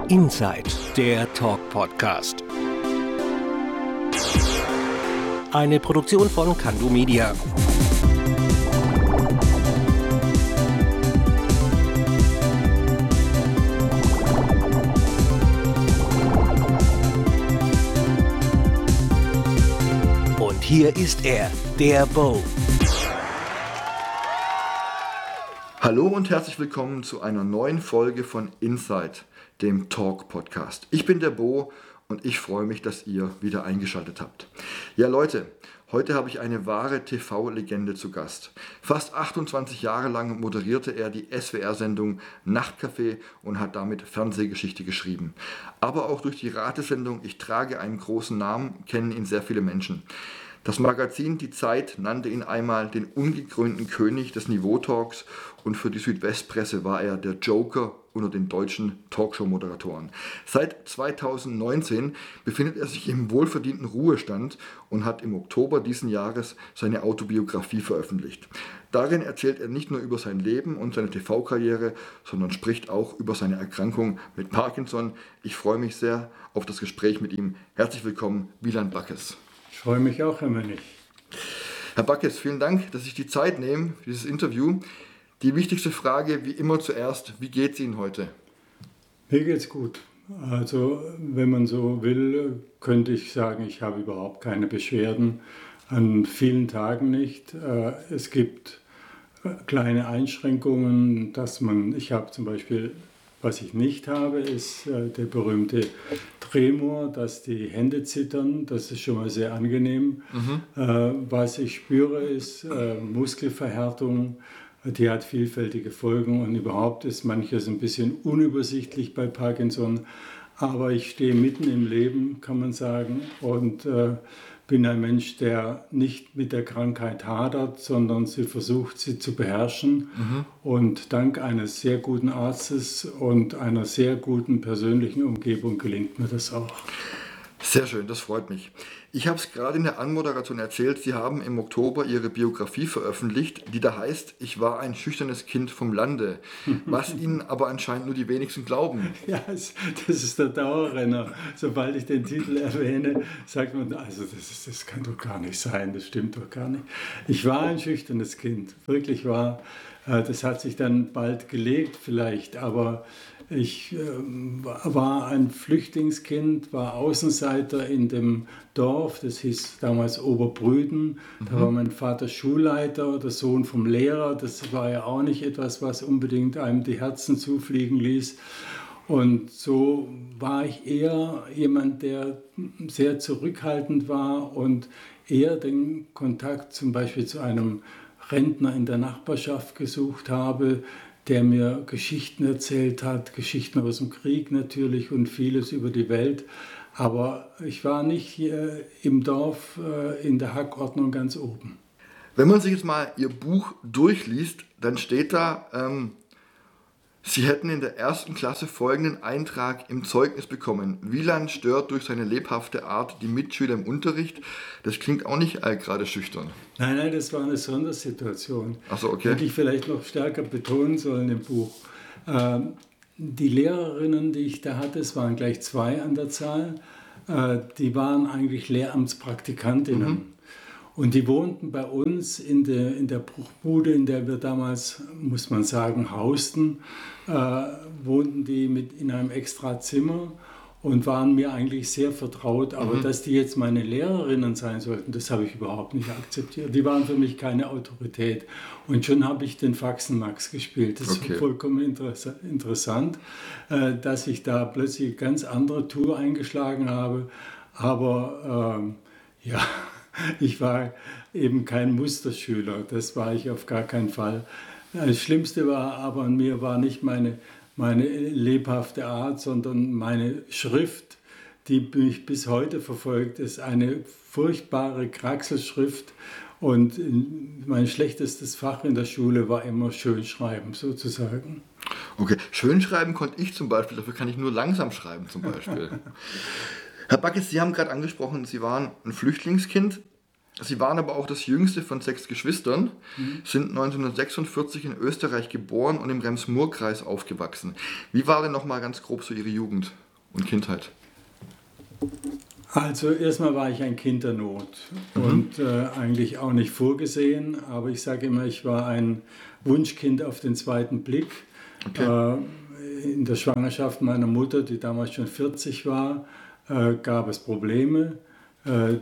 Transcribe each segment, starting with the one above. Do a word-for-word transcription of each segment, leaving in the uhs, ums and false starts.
Inside, der Talk-Podcast. Eine Produktion von Kando Media. Und hier ist er, der Bo. Hallo und herzlich willkommen zu einer neuen Folge von Inside, dem Talk-Podcast. Ich bin der Bo und ich freue mich, dass ihr wieder eingeschaltet habt. Ja Leute, heute habe ich eine wahre T V-Legende zu Gast. Fast achtundzwanzig Jahre lang moderierte er die S W R-Sendung Nachtcafé und hat damit Fernsehgeschichte geschrieben. Aber auch durch die Ratesendung Ich trage einen großen Namen kennen ihn sehr viele Menschen. Das Magazin Die Zeit nannte ihn einmal den ungekrönten König des Niveau-Talks und für die Südwestpresse war er der Joker unter den deutschen Talkshow-Moderatoren. Seit zweitausendneunzehn befindet er sich im wohlverdienten Ruhestand und hat im Oktober diesen Jahres seine Autobiografie veröffentlicht. Darin erzählt er nicht nur über sein Leben und seine T V-Karriere, sondern spricht auch über seine Erkrankung mit Parkinson. Ich freue mich sehr auf das Gespräch mit ihm. Herzlich willkommen, Wieland Backes. Ich freue mich auch immer nicht. Herr Backes, vielen Dank, dass ich die Zeit nehme für dieses Interview. Die wichtigste Frage, wie immer zuerst, wie geht es Ihnen heute? Mir geht's gut. Also, wenn man so will, könnte ich sagen, ich habe überhaupt keine Beschwerden, an vielen Tagen nicht. Es gibt kleine Einschränkungen, dass man, ich habe zum Beispiel, was ich nicht habe, ist der berühmte Tremor, dass die Hände zittern, das ist schon mal sehr angenehm. Mhm. Äh, was ich spüre, ist äh, Muskelverhärtung, die hat vielfältige Folgen und überhaupt ist manches ein bisschen unübersichtlich bei Parkinson. Aber ich stehe mitten im Leben, kann man sagen, und äh, bin ein Mensch, der nicht mit der Krankheit hadert, sondern sie versucht, sie zu beherrschen. Mhm. Und dank eines sehr guten Arztes und einer sehr guten persönlichen Umgebung gelingt mir das auch. Sehr schön, das freut mich. Ich habe es gerade in der Anmoderation erzählt, Sie haben im Oktober Ihre Biografie veröffentlicht, die da heißt, ich war ein schüchternes Kind vom Lande, was Ihnen aber anscheinend nur die wenigsten glauben. Ja, das ist der Dauerrenner. Sobald ich den Titel erwähne, sagt man, also das, ist, das kann doch gar nicht sein, das stimmt doch gar nicht. Ich war ein schüchternes Kind, wirklich war. Das hat sich dann bald gelegt vielleicht, aber ich äh, war ein Flüchtlingskind, war Außenseiter in dem Dorf, das hieß damals Oberbrüden. Mhm. Da war mein Vater Schulleiter, der Sohn vom Lehrer. Das war ja auch nicht etwas, was unbedingt einem die Herzen zufliegen ließ. Und so war ich eher jemand, der sehr zurückhaltend war und eher den Kontakt zum Beispiel zu einem Rentner in der Nachbarschaft gesucht habe, der mir Geschichten erzählt hat, Geschichten aus dem Krieg natürlich und vieles über die Welt. Aber ich war nicht hier im Dorf äh, in der Hackordnung ganz oben. Wenn man sich jetzt mal Ihr Buch durchliest, dann steht da, ähm, Sie hätten in der ersten Klasse folgenden Eintrag im Zeugnis bekommen. Wieland stört durch seine lebhafte Art die Mitschüler im Unterricht. Das klingt auch nicht äh, gerade schüchtern. Nein, nein, das war eine Sondersituation. Ach so, okay. Hätte ich vielleicht noch stärker betonen sollen im Buch. Ähm, die Lehrerinnen, die ich da hatte, es waren gleich zwei an der Zahl, äh, die waren eigentlich Lehramtspraktikantinnen. Mhm. Und die wohnten bei uns in der, in der Bruchbude, in der wir damals, muss man sagen, hausten, äh, wohnten die mit in einem extra Zimmer und waren mir eigentlich sehr vertraut. Aber mhm. dass die jetzt meine Lehrerinnen sein sollten, das habe ich überhaupt nicht akzeptiert. Die waren für mich keine Autorität. Und schon habe ich den Faxenmax gespielt. Das okay. ist vollkommen interessa- interessant, äh, dass ich da plötzlich eine ganz andere Tour eingeschlagen habe. Aber ähm, ja... Ich war eben kein Musterschüler, das war ich auf gar keinen Fall. Das Schlimmste war aber an mir war nicht meine, meine lebhafte Art, sondern meine Schrift, die mich bis heute verfolgt, ist eine furchtbare Kraxelschrift. Und mein schlechtestes Fach in der Schule war immer Schönschreiben sozusagen. Okay, Schönschreiben konnte ich zum Beispiel, dafür kann ich nur langsam schreiben zum Beispiel. Herr Backes, Sie haben gerade angesprochen, Sie waren ein Flüchtlingskind. Sie waren aber auch das jüngste von sechs Geschwistern, Mhm. sind neunzehnhundertsechsundvierzig in Österreich geboren und im Rems-Murr-Kreis aufgewachsen. Wie war denn nochmal ganz grob so Ihre Jugend und Kindheit? Also erstmal war ich ein Kind der Not Mhm. und äh, eigentlich auch nicht vorgesehen, aber ich sage immer, ich war ein Wunschkind auf den zweiten Blick. Okay. Äh, in der Schwangerschaft meiner Mutter, die damals schon vierzig war, äh, gab es Probleme, äh,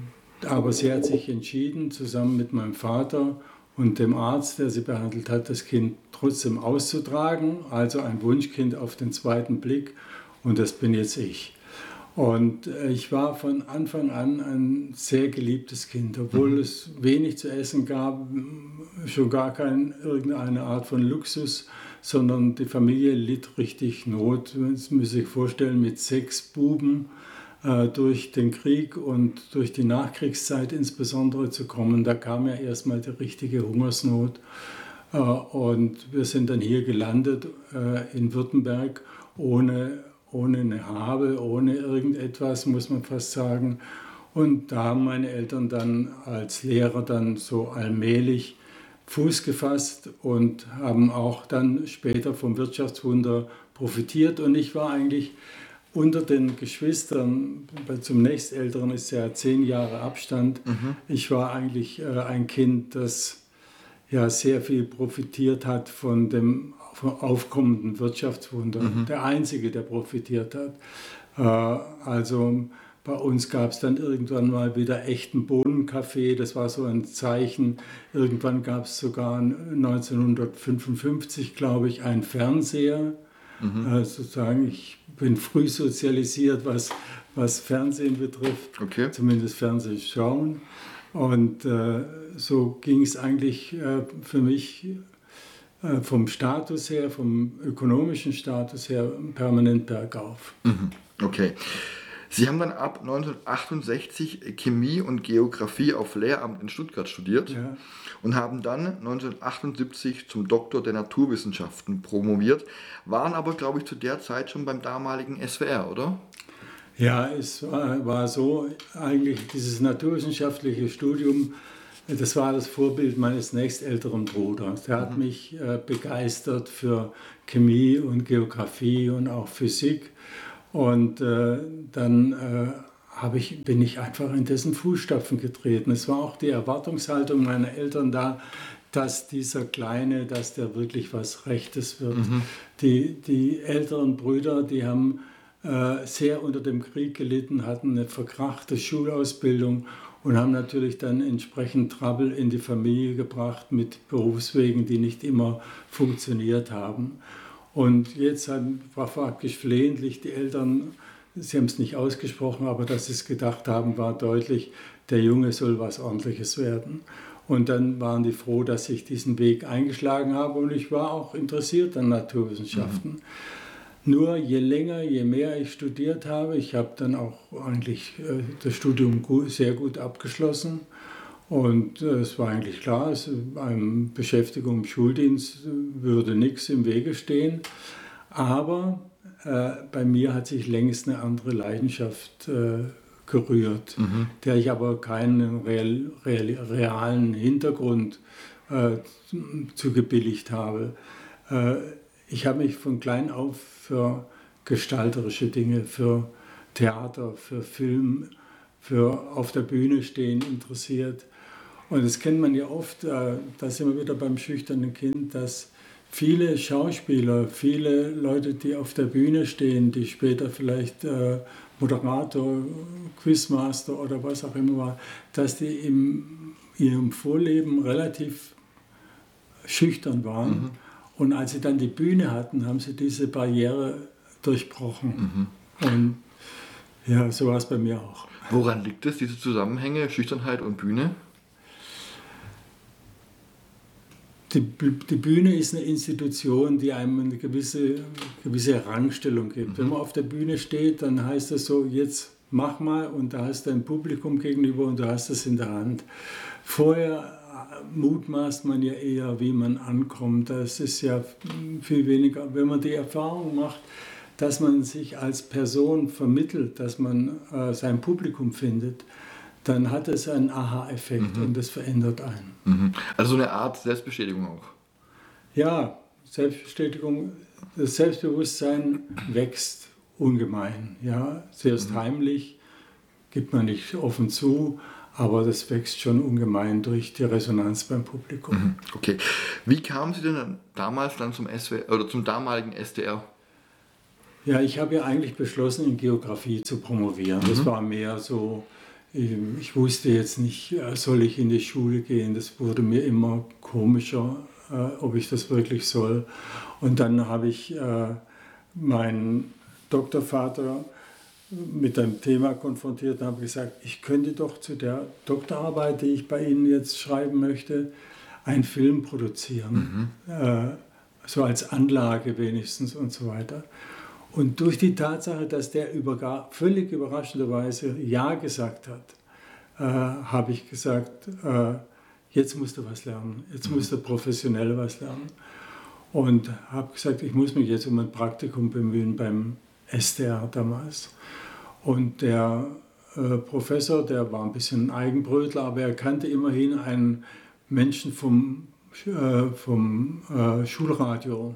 aber sie hat sich entschieden, zusammen mit meinem Vater und dem Arzt, der sie behandelt hat, das Kind trotzdem auszutragen, also ein Wunschkind auf den zweiten Blick, und das bin jetzt ich. Und äh, ich war von Anfang an ein sehr geliebtes Kind, obwohl Mhm. es wenig zu essen gab, schon gar keine irgendeine Art von Luxus, sondern die Familie litt richtig Not. Man muss sich vorstellen, mit sechs Buben äh, durch den Krieg und durch die Nachkriegszeit insbesondere zu kommen, da kam ja erstmal die richtige Hungersnot. Äh, und wir sind dann hier gelandet äh, in Württemberg ohne ohne eine Habe, ohne irgendetwas, muss man fast sagen. Und da haben meine Eltern dann als Lehrer dann so allmählich Fuß gefasst und haben auch dann später vom Wirtschaftswunder profitiert. Und ich war eigentlich unter den Geschwistern, zum nächstälteren ist ja zehn Jahre Abstand, Mhm. ich war eigentlich äh, ein Kind, das ja sehr viel profitiert hat von dem aufkommenden Wirtschaftswunder. Mhm. Der Einzige, der profitiert hat. Äh, also bei uns gab es dann irgendwann mal wieder echten Bohnenkaffee. Das war so ein Zeichen. Irgendwann gab es sogar neunzehnhundertfünfundfünfzig, glaube ich, einen Fernseher. Mhm. Äh, sozusagen, ich bin früh sozialisiert, was, was Fernsehen betrifft, Okay. zumindest Fernsehschauen. Und äh, so ging es eigentlich äh, für mich äh, vom Status her, vom ökonomischen Status her, permanent bergauf. Mhm. Okay. Sie haben dann ab neunzehnhundertachtundsechzig Chemie und Geografie auf Lehramt in Stuttgart studiert Ja. und haben dann neunzehnhundertachtundsiebzig zum Doktor der Naturwissenschaften promoviert, waren aber, glaube ich, zu der Zeit schon beim damaligen S W R, oder? Ja, es war, war so, eigentlich dieses naturwissenschaftliche Studium, das war das Vorbild meines nächstälteren Bruders. Der hat Mhm. mich äh, begeistert für Chemie und Geografie und auch Physik. Und äh, dann äh, hab ich, bin ich einfach in dessen Fußstapfen getreten. Es war auch die Erwartungshaltung meiner Eltern da, dass dieser Kleine, dass der wirklich was Rechtes wird. Mhm. Die, die älteren Brüder, die haben äh, sehr unter dem Krieg gelitten, hatten eine verkrachte Schulausbildung und haben natürlich dann entsprechend Trouble in die Familie gebracht mit Berufswegen, die nicht immer funktioniert haben. Und jetzt haben, war praktisch flehentlich die Eltern, sie haben es nicht ausgesprochen, aber dass sie es gedacht haben, war deutlich, der Junge soll was Ordentliches werden. Und dann waren die froh, dass ich diesen Weg eingeschlagen habe und ich war auch interessiert an Naturwissenschaften. Mhm. Nur je länger, je mehr ich studiert habe, ich habe dann auch eigentlich äh, das Studium gut, sehr gut abgeschlossen. Und äh, es war eigentlich klar, es, eine Beschäftigung im Schuldienst würde nichts im Wege stehen. Aber äh, bei mir hat sich längst eine andere Leidenschaft äh, gerührt, Mhm. der ich aber keinen real, real, realen Hintergrund äh, zugebilligt habe. Äh, ich habe mich von klein auf für gestalterische Dinge, für Theater, für Film, für auf der Bühne stehen interessiert. Und das kennt man ja oft, da sind wir wieder beim schüchternen Kind, dass viele Schauspieler, viele Leute, die auf der Bühne stehen, die später vielleicht äh, Moderator, Quizmaster oder was auch immer waren, dass die in ihrem Vorleben relativ schüchtern waren. Mhm. Und als sie dann die Bühne hatten, haben sie diese Barriere durchbrochen. Mhm. Und ja, so war es bei mir auch. Woran liegt es, diese Zusammenhänge, Schüchternheit und Bühne? Die, die Bühne ist eine Institution, die einem eine gewisse, gewisse Rangstellung gibt. Mhm. Wenn man auf der Bühne steht, dann heißt das so, jetzt mach mal und da hast du ein Publikum gegenüber und du hast es in der Hand. Vorher mutmaßt man ja eher, wie man ankommt. Das ist ja viel weniger, wenn man die Erfahrung macht, dass man sich als Person vermittelt, dass man äh, sein Publikum findet, dann hat es einen Aha-Effekt mhm. und das verändert einen. Mhm. Also so eine Art Selbstbestätigung auch. Ja, Selbstbestätigung, das Selbstbewusstsein wächst ungemein. Ja, zuerst mhm. heimlich, gibt man nicht offen zu, aber das wächst schon ungemein durch die Resonanz beim Publikum. Mhm. Okay. Wie kamen Sie denn dann damals dann zum S W R oder zum damaligen S D R? Ja, ich habe ja eigentlich beschlossen, in Geografie zu promovieren. Mhm. Das war mehr so, ich wusste jetzt nicht, soll ich in die Schule gehen. Das wurde mir immer komischer, ob ich das wirklich soll. Und dann habe ich meinen Doktorvater mit einem Thema konfrontiert und habe gesagt, ich könnte doch zu der Doktorarbeit, die ich bei Ihnen jetzt schreiben möchte, einen Film produzieren. Mhm. Äh, so als Anlage wenigstens und so weiter. Und durch die Tatsache, dass der über, völlig überraschenderweise Ja gesagt hat, äh, habe ich gesagt, äh, jetzt musst du was lernen, jetzt musst du professionell was lernen. Und habe gesagt, ich muss mich jetzt um ein Praktikum bemühen beim S D R damals. Und der äh, Professor, der war ein bisschen ein Eigenbrötler, aber er kannte immerhin einen Menschen vom, äh, vom äh, Schulradio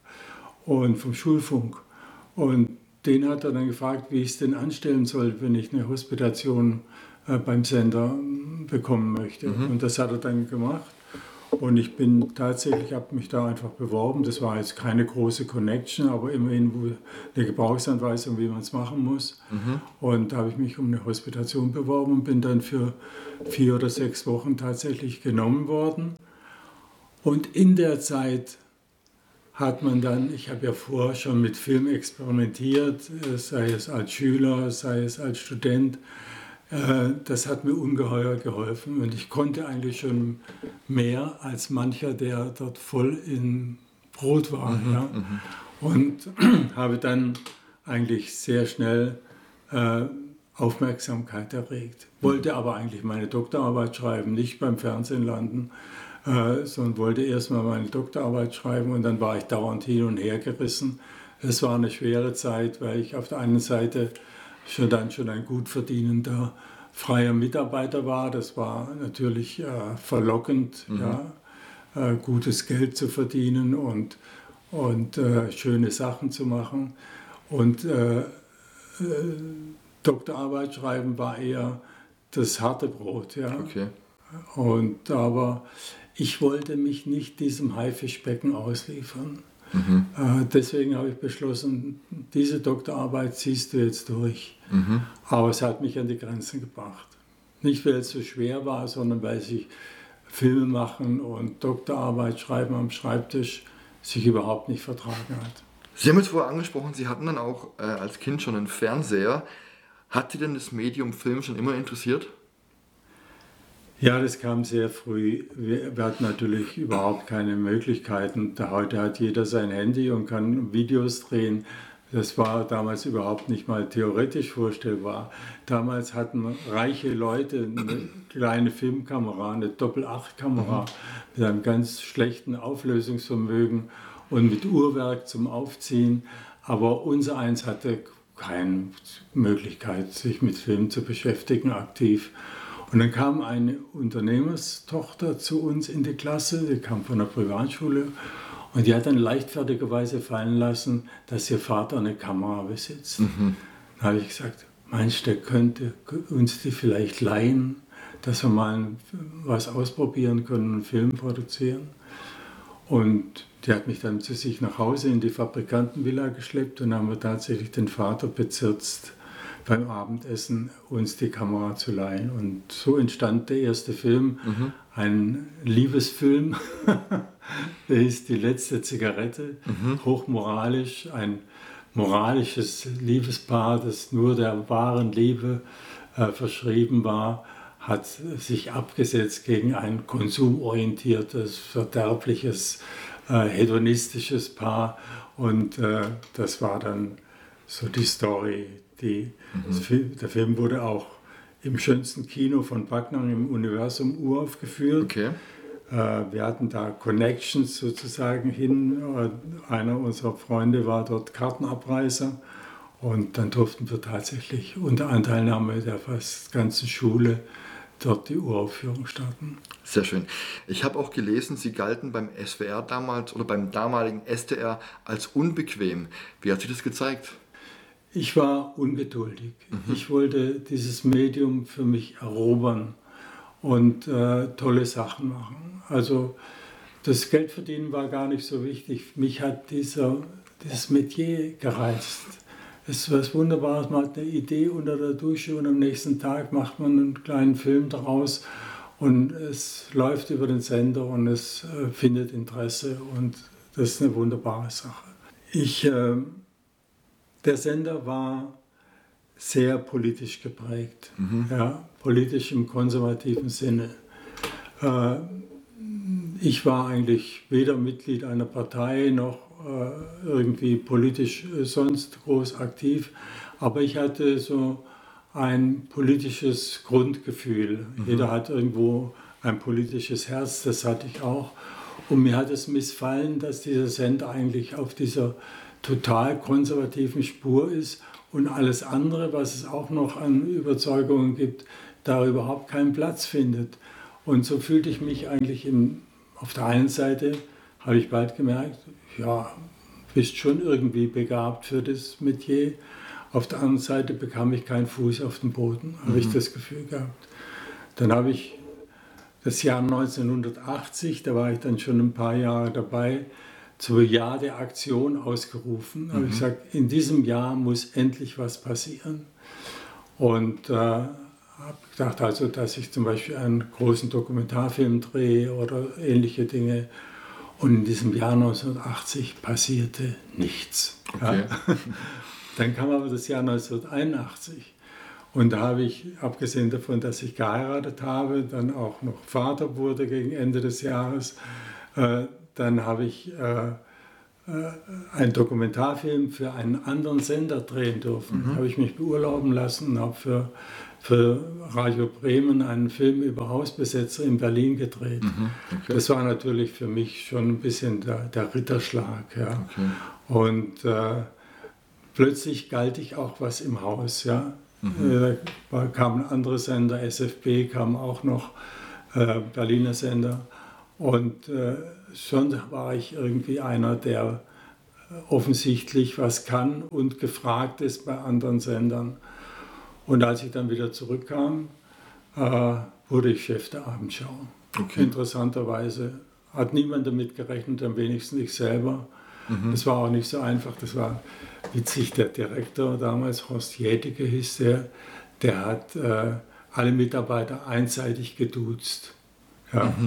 und vom Schulfunk. Und den hat er dann gefragt, wie ich es denn anstellen soll, wenn ich eine Hospitation äh, beim Sender bekommen möchte. Mhm. Und das hat er dann gemacht. Und ich bin tatsächlich, habe mich da einfach beworben. Das war jetzt keine große Connection, aber immerhin eine Gebrauchsanweisung, wie man es machen muss. Mhm. Und da habe ich mich um eine Hospitation beworben und bin dann für vier oder sechs Wochen tatsächlich genommen worden. Und in der Zeit hat man dann, ich habe ja vorher schon mit Film experimentiert, sei es als Schüler, sei es als Student. Das hat mir ungeheuer geholfen und ich konnte eigentlich schon mehr als mancher, der dort voll in Brot war. Mhm, ja. Und habe dann eigentlich sehr schnell äh, Aufmerksamkeit erregt. Wollte aber eigentlich meine Doktorarbeit schreiben, nicht beim Fernsehen landen, äh, sondern wollte erstmal meine Doktorarbeit schreiben und dann war ich dauernd hin und her gerissen. Es war eine schwere Zeit, weil ich auf der einen Seite schon dann schon ein gut verdienender freier Mitarbeiter war. Das war natürlich äh, verlockend, mhm. ja, äh, gutes Geld zu verdienen und, und äh, schöne Sachen zu machen. Und äh, äh, Doktorarbeit schreiben war eher das harte Brot. Ja. Okay. Und, aber ich wollte mich nicht diesem Haifischbecken ausliefern. Mhm. Äh, deswegen habe ich beschlossen, diese Doktorarbeit ziehst du jetzt durch. Mhm. Aber es hat mich an die Grenzen gebracht. Nicht, weil es so schwer war, sondern weil sich Filme machen und Doktorarbeit schreiben am Schreibtisch sich überhaupt nicht vertragen hat. Sie haben jetzt vorher angesprochen, Sie hatten dann auch äh, als Kind schon einen Fernseher. Hat Sie denn das Medium Film schon immer interessiert? Ja, das kam sehr früh. Wir, wir hatten natürlich überhaupt keine Möglichkeiten. Heute hat jeder sein Handy und kann Videos drehen. Das war damals überhaupt nicht mal theoretisch vorstellbar. Damals hatten reiche Leute eine kleine Filmkamera, eine Doppel-acht-Kamera mhm. mit einem ganz schlechten Auflösungsvermögen und mit Uhrwerk zum Aufziehen. Aber unser eins hatte keine Möglichkeit, sich mit Film zu beschäftigen, aktiv. Und dann kam eine Unternehmerstochter zu uns in die Klasse, die kam von der Privatschule und die hat dann leichtfertigerweise fallen lassen, dass ihr Vater eine Kamera besitzt. Mhm. Dann habe ich gesagt, meinst du, der könnte uns die vielleicht leihen, dass wir mal was ausprobieren können, einen Film produzieren? Und die hat mich dann zu sich nach Hause in die Fabrikantenvilla geschleppt und dann haben wir tatsächlich den Vater bezirzt, beim Abendessen uns die Kamera zu leihen. Und so entstand der erste Film, mhm. ein Liebesfilm, der hieß Die letzte Zigarette, mhm. hochmoralisch, ein moralisches Liebespaar, das nur der wahren Liebe äh, verschrieben war, hat sich abgesetzt gegen ein konsumorientiertes, verderbliches, äh, hedonistisches Paar. Und äh, das war dann so die Story. Die, mhm. Der Film wurde auch im schönsten Kino von Backnang im Universum uraufgeführt. Okay. Äh, wir hatten da Connections sozusagen hin. Einer unserer Freunde war dort Kartenabreißer Und dann durften wir tatsächlich unter Anteilnahme der fast ganzen Schule dort die Uraufführung starten. Sehr schön. Ich habe auch gelesen, Sie galten beim S W R damals oder beim damaligen S D R als unbequem. Wie hat sich das gezeigt? Ich war ungeduldig. Mhm. Ich wollte dieses Medium für mich erobern und äh, tolle Sachen machen. Also das Geldverdienen war gar nicht so wichtig. Mich hat dieser, dieses Metier gereizt. Es ist was Wunderbares, man hat eine Idee unter der Dusche und am nächsten Tag macht man einen kleinen Film daraus und es läuft über den Sender und es äh, findet Interesse und das ist eine wunderbare Sache. Ich, äh, der Sender war sehr politisch geprägt, mhm. ja, politisch im konservativen Sinne. Äh, ich war eigentlich weder Mitglied einer Partei noch äh, irgendwie politisch äh, sonst groß aktiv, aber ich hatte so ein politisches Grundgefühl. Mhm. Jeder hat irgendwo ein politisches Herz, das hatte ich auch. Und mir hat es missfallen, dass dieser Sender eigentlich auf dieser total konservativen Spur ist und alles andere, was es auch noch an Überzeugungen gibt, da überhaupt keinen Platz findet. Und so fühlte ich mich eigentlich im, auf der einen Seite, habe ich bald gemerkt, ja, bist schon irgendwie begabt für das Metier. Auf der anderen Seite bekam ich keinen Fuß auf den Boden, habe mhm. ich das Gefühl gehabt. Dann habe ich das Jahr neunzehnhundertachtzig, da war ich dann schon ein paar Jahre dabei, zur Jahr der Aktion ausgerufen. Da mhm. habe ich gesagt, in diesem Jahr muss endlich was passieren. Und äh, habe gedacht, also, dass ich zum Beispiel einen großen Dokumentarfilm drehe oder ähnliche Dinge. Und in diesem Jahr neunzehnhundertachtzig passierte nichts. Okay. Ja. Dann kam aber das Jahr neunzehnhunderteinundachtzig. Und da habe ich, abgesehen davon, dass ich geheiratet habe, dann auch noch Vater wurde gegen Ende des Jahres. Äh, dann habe ich äh, äh, einen Dokumentarfilm für einen anderen Sender drehen dürfen. Mhm. Habe ich mich beurlauben lassen und habe für, für Radio Bremen einen Film über Hausbesetzer in Berlin gedreht. Mhm. Okay. Das war natürlich für mich schon ein bisschen der, der Ritterschlag. Ja. Okay. Und äh, plötzlich galt ich auch was im Haus. Ja. Mhm. Da kamen andere Sender, S F B kam auch noch, äh, Berliner Sender. Und äh, schon war ich irgendwie einer, der offensichtlich was kann und gefragt ist bei anderen Sendern. Und als ich dann wieder zurückkam, äh, wurde ich Chef der Abendschau. Okay. Interessanterweise hat niemand damit gerechnet, am wenigsten ich selber. Mhm. Das war auch nicht so einfach. Das war witzig, der Direktor damals, Horst Jädicke hieß der, der hat äh, alle Mitarbeiter einseitig geduzt. Ja. Mhm.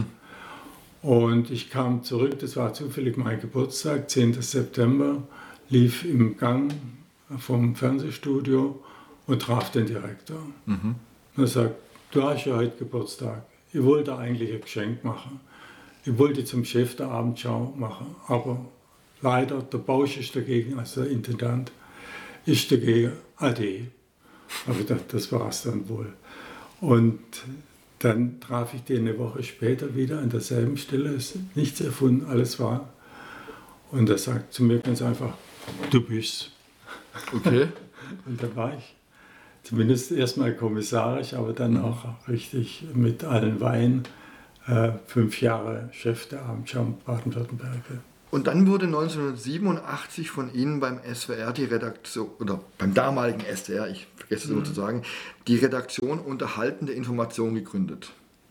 Und ich kam zurück, das war zufällig mein Geburtstag, zehnten September, lief im Gang vom Fernsehstudio und traf den Direktor. Mhm. Und er sagt, du hast ja heute Geburtstag, ich wollte eigentlich ein Geschenk machen. Ich wollte zum Chef der Abendschau machen, aber leider, der Bausch ist dagegen, also der Intendant ist dagegen, ade. Aber das, das war es dann wohl. Und dann traf ich den eine Woche später wieder an derselben Stelle, ist nichts erfunden, alles war. Und er sagt zu mir ganz einfach, du bist. Okay. Und da war ich zumindest erstmal kommissarisch, aber dann mhm. auch richtig mit allen Weihen äh, fünf Jahre Chef der Abendschau Baden-Württemberg. Und dann wurde neunzehnhundertsiebenundachtzig von Ihnen beim S W R die Redaktion, oder beim damaligen S D R, ich vergesse es mhm. sozusagen, die Redaktion Unterhaltende Information gegründet.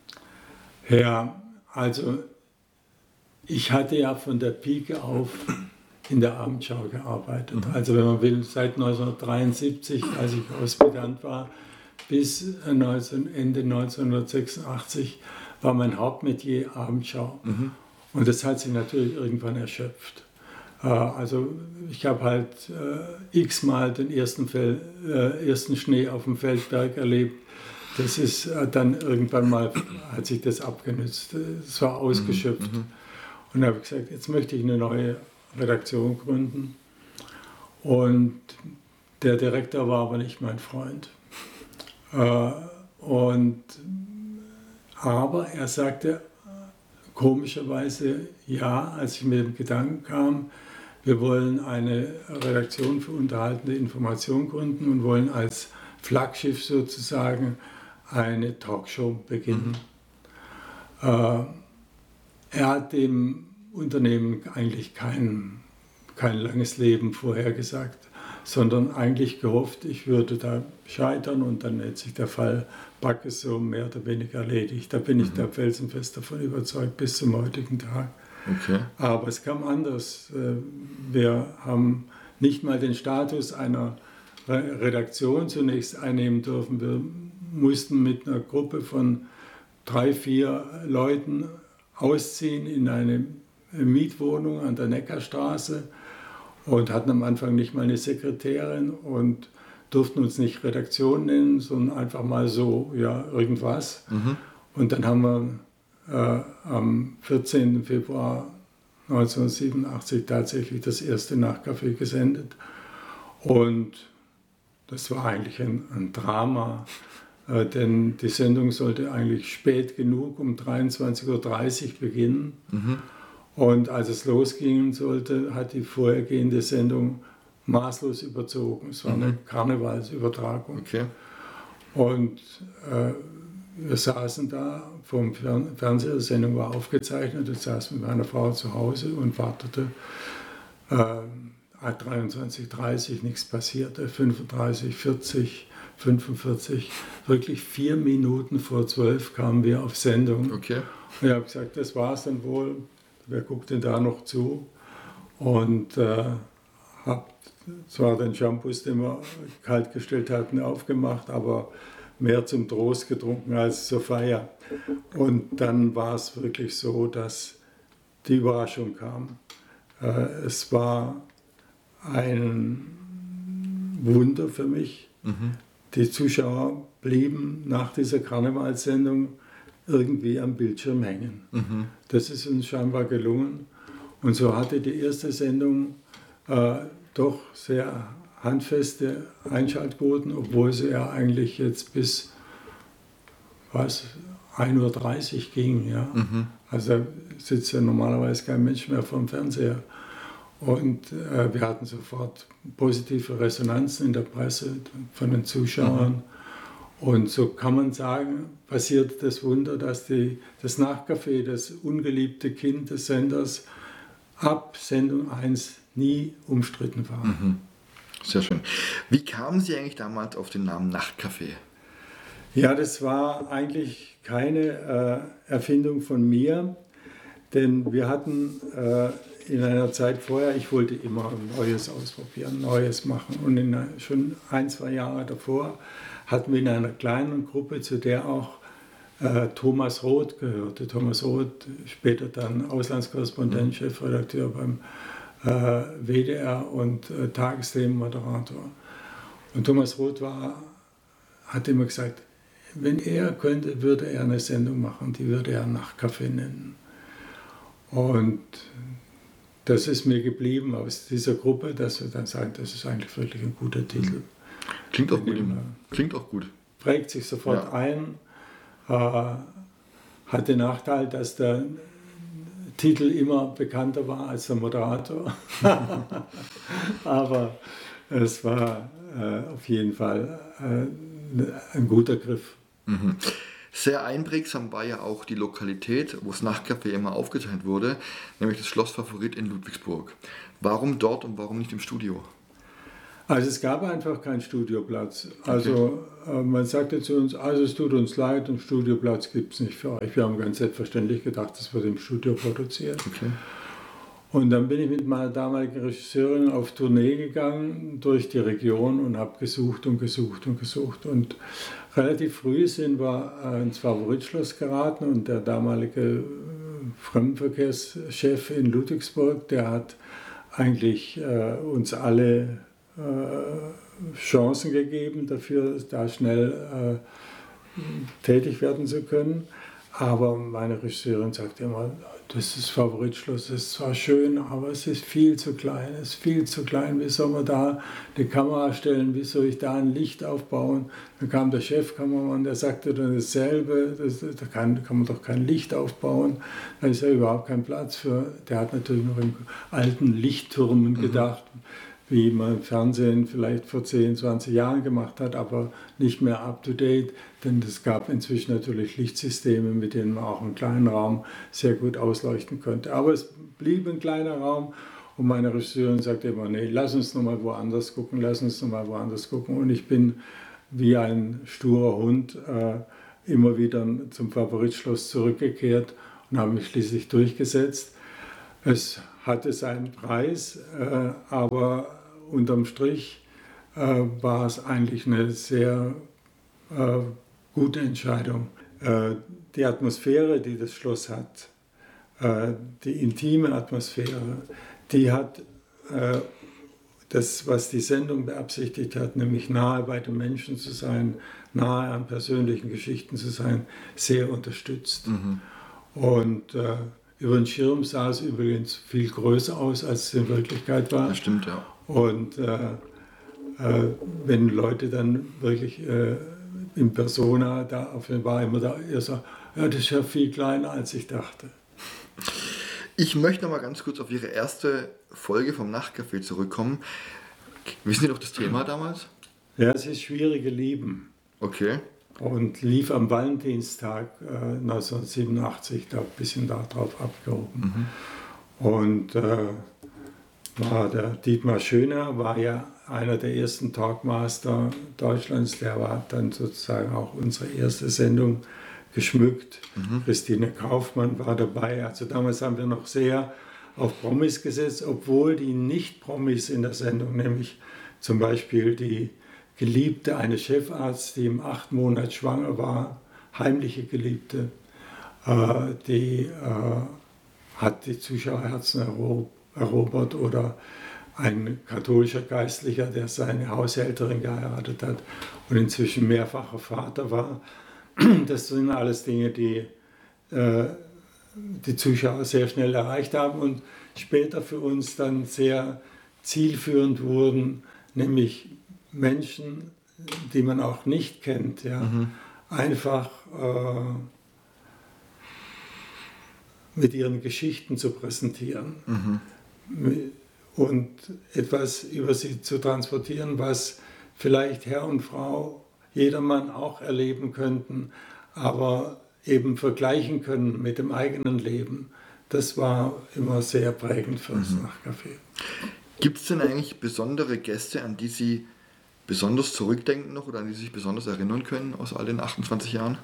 Ja, also ich hatte ja von der Pike auf in der Abendschau gearbeitet. Mhm. Also wenn man will, seit neunzehnhundertdreiundsiebzig, als ich Hospidant war, bis Ende neunzehnhundertsechsundachtzig war mein Hauptmetier Abendschau. Mhm. Und das hat sich natürlich irgendwann erschöpft. Also ich habe halt äh, x-mal den ersten, Fel, äh, ersten Schnee auf dem Feldberg erlebt. Das ist äh, dann irgendwann mal, hat sich das abgenützt. Es war ausgeschöpft. Mhm. Und da habe ich gesagt, jetzt möchte ich eine neue Redaktion gründen. Und der Direktor war aber nicht mein Freund. Äh, und, aber er sagte, komischerweise, ja, als ich mit dem Gedanken kam, wir wollen eine Redaktion für unterhaltende Information gründen und wollen als Flaggschiff sozusagen eine Talkshow beginnen. Mhm. Äh, er hat dem Unternehmen eigentlich kein, kein langes Leben vorhergesagt, sondern eigentlich gehofft, ich würde da scheitern und dann hätte sich der Fall Backes so mehr oder weniger erledigt. Da bin ich mhm. da felsenfest davon überzeugt bis zum heutigen Tag. Okay. Aber es kam anders. Wir haben nicht mal den Status einer Redaktion zunächst einnehmen dürfen. Wir mussten mit einer Gruppe von drei, vier Leuten ausziehen in eine Mietwohnung an der Neckarstraße und hatten am Anfang nicht mal eine Sekretärin und durften uns nicht Redaktion nennen, sondern einfach mal so, ja, irgendwas. Mhm. Und dann haben wir äh, am vierzehnten Februar neunzehnhundertsiebenundachtzig tatsächlich das erste Nachtcafé gesendet. Und das war eigentlich ein, ein Drama, äh, denn die Sendung sollte eigentlich spät genug, um dreiundzwanzig Uhr dreißig beginnen. Mhm. Und als es losgehen sollte, hat die vorhergehende Sendung maßlos überzogen. Es war mhm. eine Karnevalsübertragung. Okay. Und äh, wir saßen da vom Fern- Fernseher, die Sendung war aufgezeichnet, ich saß mit meiner Frau zu Hause und wartete. Äh, dreiundzwanzig Uhr dreißig, nichts passierte, fünfunddreißig, vierzig, fünfundvierzig, wirklich vier Minuten vor zwölf kamen wir auf Sendung. Okay. Und ich habe gesagt, das war es dann wohl, wer guckt denn da noch zu? Und äh, habe zwar den Shampoos, den wir kalt gestellt hatten, aufgemacht, aber mehr zum Trost getrunken als zur Feier. Und dann war es wirklich so, dass die Überraschung kam. Äh, es war ein Wunder für mich. Mhm. Die Zuschauer blieben nach dieser Karnevalssendung irgendwie am Bildschirm hängen. Mhm. Das ist uns scheinbar gelungen. Und so hatte die erste Sendung äh, doch sehr handfeste Einschaltquoten, obwohl sie ja eigentlich jetzt bis was, ein Uhr dreißig ging. Ja? Mhm. Also da sitzt ja normalerweise kein Mensch mehr vorm Fernseher. Und äh, wir hatten sofort positive Resonanzen in der Presse von den Zuschauern. Mhm. Und so kann man sagen, passiert das Wunder, dass die, das Nachtcafé, das ungeliebte Kind des Senders, ab Sendung eins nie umstritten war. Mhm. Sehr schön. Wie kamen Sie eigentlich damals auf den Namen Nachtcafé? Ja, das war eigentlich keine äh, Erfindung von mir, denn wir hatten äh, in einer Zeit vorher, ich wollte immer Neues ausprobieren, Neues machen und in, schon ein, zwei Jahre davor hatten wir in einer kleinen Gruppe, zu der auch äh, Thomas Roth gehörte. Thomas Roth, später dann Auslandskorrespondent, mhm. Chefredakteur beim W D R und äh, Tagesthemenmoderator. Und Thomas Roth war, hat immer gesagt, wenn er könnte, würde er eine Sendung machen, die würde er Nachtcafé nennen. Und das ist mir geblieben aus dieser Gruppe, dass wir dann sagen, das ist eigentlich wirklich ein guter Titel. Klingt auch gut. Klingt auch gut. Prägt sich sofort ja. ein, äh, hat den Nachteil, dass der Titel immer bekannter war als der Moderator. Aber es war äh, auf jeden Fall äh, ein guter Griff. Mhm. Sehr einprägsam war ja auch die Lokalität, wo das Nachtcafé immer aufgezeichnet wurde, nämlich das Schloss Favorit in Ludwigsburg. Warum dort und warum nicht im Studio? Also es gab einfach keinen Studioplatz. Also okay. äh, man sagte zu uns, also es tut uns leid, einen Studioplatz gibt es nicht für euch. Wir haben ganz selbstverständlich gedacht, das wird im Studio produziert. Okay. Und dann bin ich mit meiner damaligen Regisseurin auf Tournee gegangen durch die Region und habe gesucht und gesucht und gesucht. Und relativ früh sind wir äh, ins Favoritschloss geraten und der damalige Fremdenverkehrschef in Ludwigsburg, der hat eigentlich äh, uns alle Chancen gegeben, dafür da schnell äh, tätig werden zu können. Aber meine Regisseurin sagte immer, das ist Favoritschloss, das ist zwar schön, aber es ist viel zu klein, es ist viel zu klein, wie soll man da eine Kamera stellen, wie soll ich da ein Licht aufbauen? Dann kam der Chefkameramann, der sagte dann dasselbe, das, da kann, kann man doch kein Licht aufbauen, da ist ja überhaupt kein Platz für, der hat natürlich noch in alten Lichttürmen gedacht, mhm. wie man im Fernsehen vielleicht vor zehn, zwanzig Jahren gemacht hat, aber nicht mehr up-to-date, denn es gab inzwischen natürlich Lichtsysteme, mit denen man auch einen kleinen Raum sehr gut ausleuchten konnte. Aber es blieb ein kleiner Raum und meine Regisseurin sagte immer, nee, lass uns noch mal woanders gucken, lass uns noch mal woanders gucken. Und ich bin wie ein sturer Hund äh, immer wieder zum Favoritschloss zurückgekehrt und habe mich schließlich durchgesetzt. Es hatte seinen Preis, äh, aber unterm Strich äh, war es eigentlich eine sehr äh, gute Entscheidung. Äh, die Atmosphäre, die das Schloss hat, äh, die intime Atmosphäre, die hat äh, das, was die Sendung beabsichtigt hat, nämlich nahe bei den Menschen zu sein, nahe an persönlichen Geschichten zu sein, sehr unterstützt. Mhm. Und äh, über den Schirm sah es übrigens viel größer aus, als es in Wirklichkeit war. Das stimmt, ja. Und äh, äh, wenn Leute dann wirklich äh, in Persona da auf den war, immer da, er sagt, ja, das ist ja viel kleiner, als ich dachte. Ich möchte noch mal ganz kurz auf Ihre erste Folge vom Nachtcafé zurückkommen. Wissen Sie noch das Thema damals? Ja, es ist Schwierige Lieben. Okay. Und lief am Valentinstag äh, neunzehnhundertsiebenundachtzig, da ein bisschen darauf abgehoben. Mhm. Und äh, war der Dietmar Schöner, war ja einer der ersten Talkmaster Deutschlands, der war dann sozusagen auch unsere erste Sendung geschmückt. Mhm. Christine Kaufmann war dabei. Also damals haben wir noch sehr auf Promis gesetzt, obwohl die Nicht-Promis in der Sendung, nämlich zum Beispiel die Geliebte eines Chefarztes, die im achten Monat schwanger war, heimliche Geliebte, äh, die äh, hat die Zuschauerherzen ero- erobert, oder ein katholischer Geistlicher, der seine Haushälterin geheiratet hat und inzwischen mehrfacher Vater war. Das sind alles Dinge, die äh, die Zuschauer sehr schnell erreicht haben und später für uns dann sehr zielführend wurden, nämlich Menschen, die man auch nicht kennt, ja, mhm. einfach äh, mit ihren Geschichten zu präsentieren mhm. und etwas über sie zu transportieren, was vielleicht Herr und Frau, jedermann auch erleben könnten, aber eben vergleichen können mit dem eigenen Leben. Das war immer sehr prägend für das mhm. Nachtcafé. Gibt es denn eigentlich besondere Gäste, an die Sie besonders zurückdenken noch oder an die Sie sich besonders erinnern können aus all den achtundzwanzig Jahren?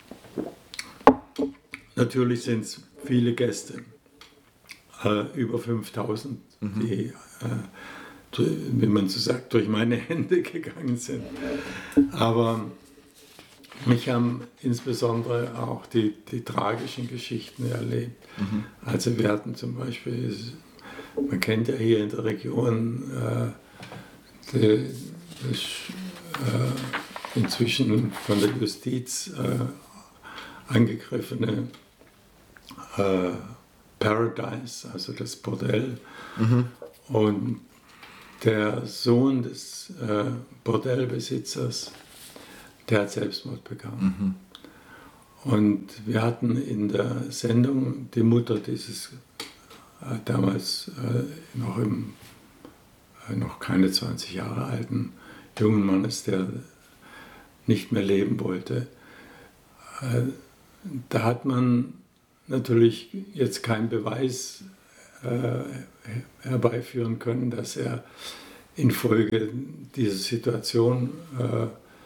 Natürlich sind es viele Gäste, äh, über fünftausend, mhm. die, äh, wie man so sagt, durch meine Hände gegangen sind. Aber mich haben insbesondere auch die, die tragischen Geschichten erlebt. Mhm. Also wir hatten zum Beispiel, man kennt ja hier in der Region äh, die, das äh, inzwischen von der Justiz äh, angegriffene äh, Paradise, also das Bordell. Mhm. Und der Sohn des äh, Bordellbesitzers, der hat Selbstmord begangen. Mhm. Und wir hatten in der Sendung die Mutter dieses äh, damals äh, noch, im, äh, noch keine zwanzig Jahre alten jungen Mannes, der nicht mehr leben wollte. Äh, da hat man natürlich jetzt keinen Beweis äh, herbeiführen können, dass er infolge dieser Situation äh,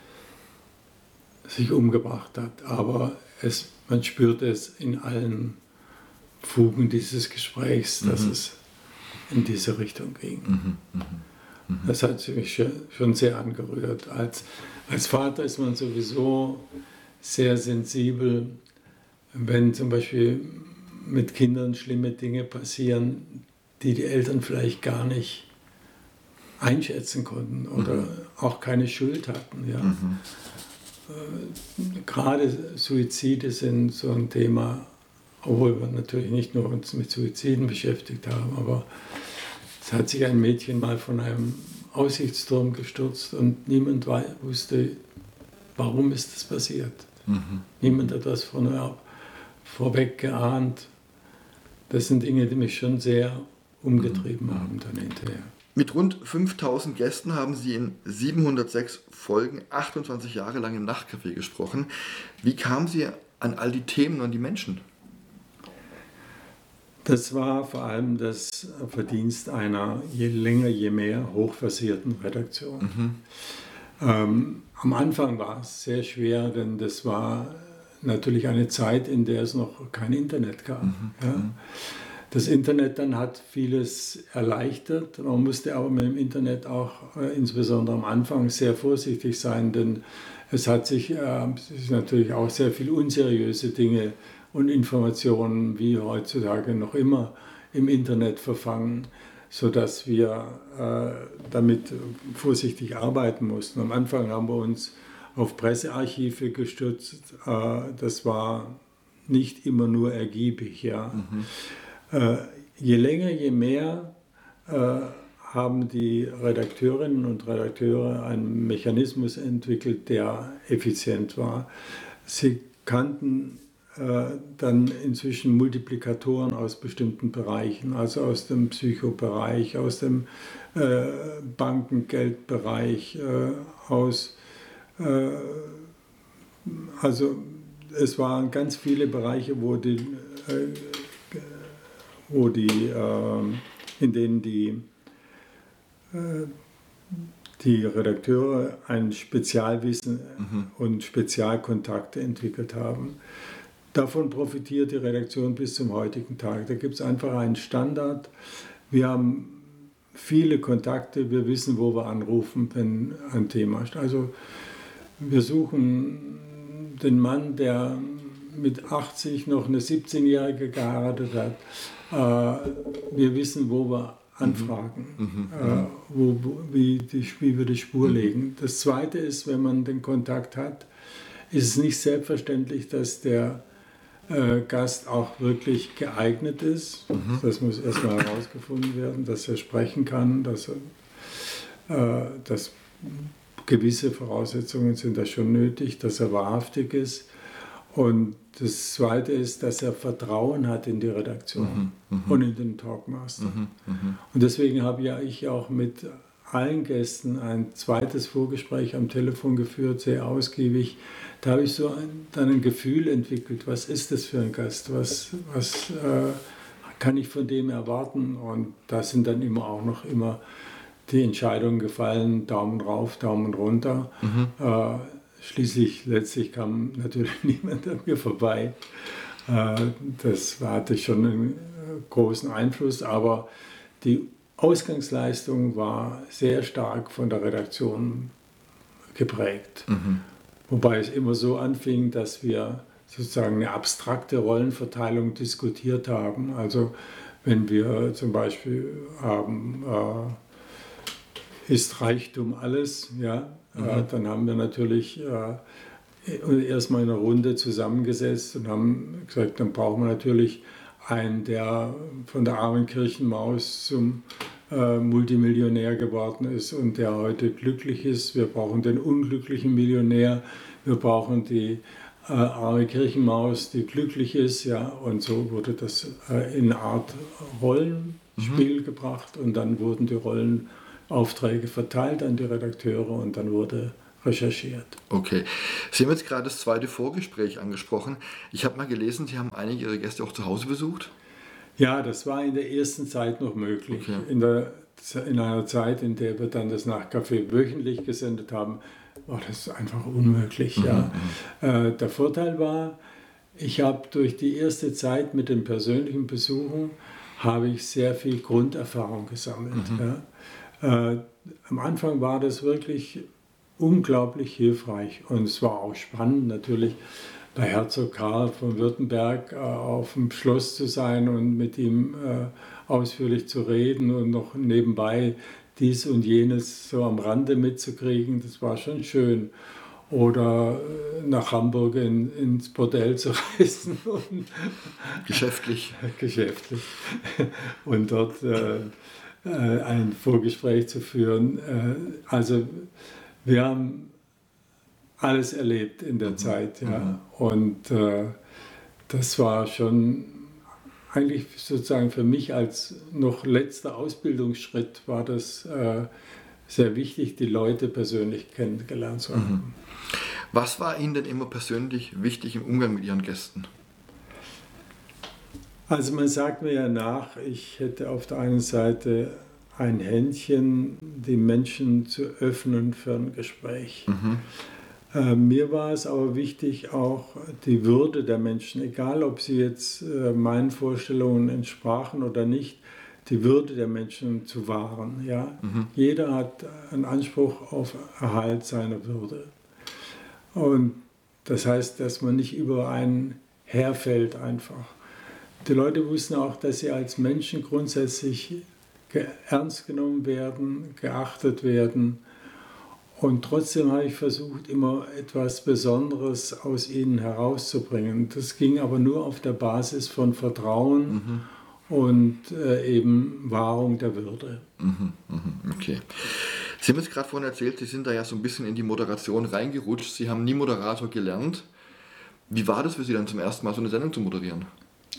sich umgebracht hat. Aber es, man spürte es in allen Fugen dieses Gesprächs, dass mhm. es in diese Richtung ging. Mhm. Mhm. Mhm. Das hat mich schon sehr angerührt. Als, als Vater ist man sowieso sehr sensibel, wenn zum Beispiel mit Kindern schlimme Dinge passieren, die die Eltern vielleicht gar nicht einschätzen konnten oder mhm. auch keine Schuld hatten. Ja. Mhm. Äh, gerade Suizide sind so ein Thema obwohl wir natürlich nicht nur uns mit Suiziden beschäftigt haben, aber es hat sich ein Mädchen mal von einem Aussichtsturm gestürzt und niemand wusste, warum ist das passiert. Mhm. Niemand hat das von, vorweg geahnt. Das sind Dinge, die mich schon sehr umgetrieben mhm. haben dann hinterher. Mit rund fünftausend Gästen haben Sie in siebenhundertsechs Folgen achtundzwanzig Jahre lang im Nachtcafé gesprochen. Wie kamen Sie an all die Themen und die Menschen? Das war vor allem das Verdienst einer je länger, je mehr hochversierten Redaktion. Mhm. Ähm, am Anfang war es sehr schwer, denn das war natürlich eine Zeit, in der es noch kein Internet gab. Mhm. Ja. Das Internet dann hat vieles erleichtert. Man musste aber mit dem Internet auch äh, insbesondere am Anfang sehr vorsichtig sein, denn es hat sich äh, es natürlich auch sehr viel unseriöse Dinge und Informationen wie heutzutage noch immer im Internet verfangen, sodass wir äh, damit vorsichtig arbeiten mussten. Am Anfang haben wir uns auf Pressearchive gestützt. Äh, das war nicht immer nur ergiebig. Ja. Mhm. Äh, je länger, je mehr äh, haben die Redakteurinnen und Redakteure einen Mechanismus entwickelt, der effizient war. Sie kannten äh, dann inzwischen Multiplikatoren aus bestimmten Bereichen, also aus dem Psychobereich, aus dem äh, Bankengeldbereich, äh, aus, äh, also es waren ganz viele Bereiche, wo die, äh, wo die äh, in denen die, äh, die Redakteure ein Spezialwissen mhm. und Spezialkontakte entwickelt haben. Davon profitiert die Redaktion bis zum heutigen Tag. Da gibt es einfach einen Standard. Wir haben viele Kontakte, wir wissen, wo wir anrufen, wenn ein Thema ist. Also wir suchen den Mann, der mit achtzig noch eine siebzehnjährige geheiratet hat. Wir wissen, wo wir anfragen, mhm. äh, wo, wo, wie, die, wie wir die Spur mhm. legen. Das Zweite ist, wenn man den Kontakt hat, ist es nicht selbstverständlich, dass der äh, Gast auch wirklich geeignet ist. Mhm. Das muss erstmal herausgefunden werden, dass er sprechen kann, dass, er, äh, dass gewisse Voraussetzungen sind da schon nötig, dass er wahrhaftig ist. Und das Zweite ist, dass er Vertrauen hat in die Redaktion mhm, und in den Talkmaster. Mhm, mh. Und deswegen habe ja ich auch mit allen Gästen ein zweites Vorgespräch am Telefon geführt, sehr ausgiebig. Da habe ich so ein, dann ein Gefühl entwickelt, was ist das für ein Gast, was, was äh, kann ich von dem erwarten? Und da sind dann immer auch noch immer die Entscheidungen gefallen, Daumen rauf, Daumen runter. Mhm. Äh, Schließlich, letztlich kam natürlich niemand an mir vorbei. Das hatte schon einen großen Einfluss, aber die Ausgangsleistung war sehr stark von der Redaktion geprägt. Mhm. Wobei es immer so anfing, dass wir sozusagen eine abstrakte Rollenverteilung diskutiert haben. Also wenn wir zum Beispiel haben, äh, ist Reichtum alles, ja, mhm. äh, dann haben wir natürlich äh, erstmal in einer Runde zusammengesetzt und haben gesagt, dann brauchen wir natürlich einen, der von der armen Kirchenmaus zum äh, Multimillionär geworden ist und der heute glücklich ist. Wir brauchen den unglücklichen Millionär, wir brauchen die äh, arme Kirchenmaus, die glücklich ist, ja, und so wurde das äh, in eine Art Rollenspiel mhm. gebracht und dann wurden die Rollenaufträge verteilt an die Redakteure und dann wurde recherchiert. Okay. Sie haben jetzt gerade das zweite Vorgespräch angesprochen. Ich habe mal gelesen, Sie haben einige Ihrer Gäste auch zu Hause besucht? Ja, das war in der ersten Zeit noch möglich. Okay. In, der, in einer Zeit, in der wir dann das Nachtcafé wöchentlich gesendet haben, war das einfach unmöglich. Mhm. Ja. Äh, der Vorteil war, ich habe durch die erste Zeit mit den persönlichen Besuchen habe ich sehr viel Grunderfahrung gesammelt. Mhm. Ja. Äh, am Anfang war das wirklich unglaublich hilfreich und es war auch spannend natürlich bei Herzog Karl von Württemberg äh, auf dem Schloss zu sein und mit ihm äh, ausführlich zu reden und noch nebenbei dies und jenes so am Rande mitzukriegen. Das war schon schön. oder nach Hamburg in, ins Bordell zu reisen. Und geschäftlich. geschäftlich. Und dort äh, äh, ein Vorgespräch zu führen. Äh, also wir haben alles erlebt in der mhm. Zeit. Ja. Mhm. Und äh, das war schon eigentlich sozusagen für mich als noch letzter Ausbildungsschritt war das äh, sehr wichtig, die Leute persönlich kennengelernt zu haben. Mhm. Was war Ihnen denn immer persönlich wichtig im Umgang mit Ihren Gästen? Also man sagt mir ja nach, ich hätte auf der einen Seite ein Händchen, die Menschen zu öffnen für ein Gespräch. Mhm. Äh, mir war es aber wichtig, auch die Würde der Menschen, egal ob sie jetzt äh, meinen Vorstellungen entsprachen oder nicht, die Würde der Menschen zu wahren. Ja? Mhm. Jeder hat einen Anspruch auf Erhalt seiner Würde. Und das heißt, dass man nicht über einen herfällt einfach. Die Leute wussten auch, dass sie als Menschen grundsätzlich ernst genommen werden, geachtet werden. Und trotzdem habe ich versucht, immer etwas Besonderes aus ihnen herauszubringen. Das ging aber nur auf der Basis von Vertrauen mhm. und äh, eben Wahrung der Würde. Mhm, okay. Sie haben jetzt gerade vorhin erzählt, Sie sind da ja so ein bisschen in die Moderation reingerutscht. Sie haben nie Moderator gelernt. Wie war das für Sie dann zum ersten Mal, so eine Sendung zu moderieren?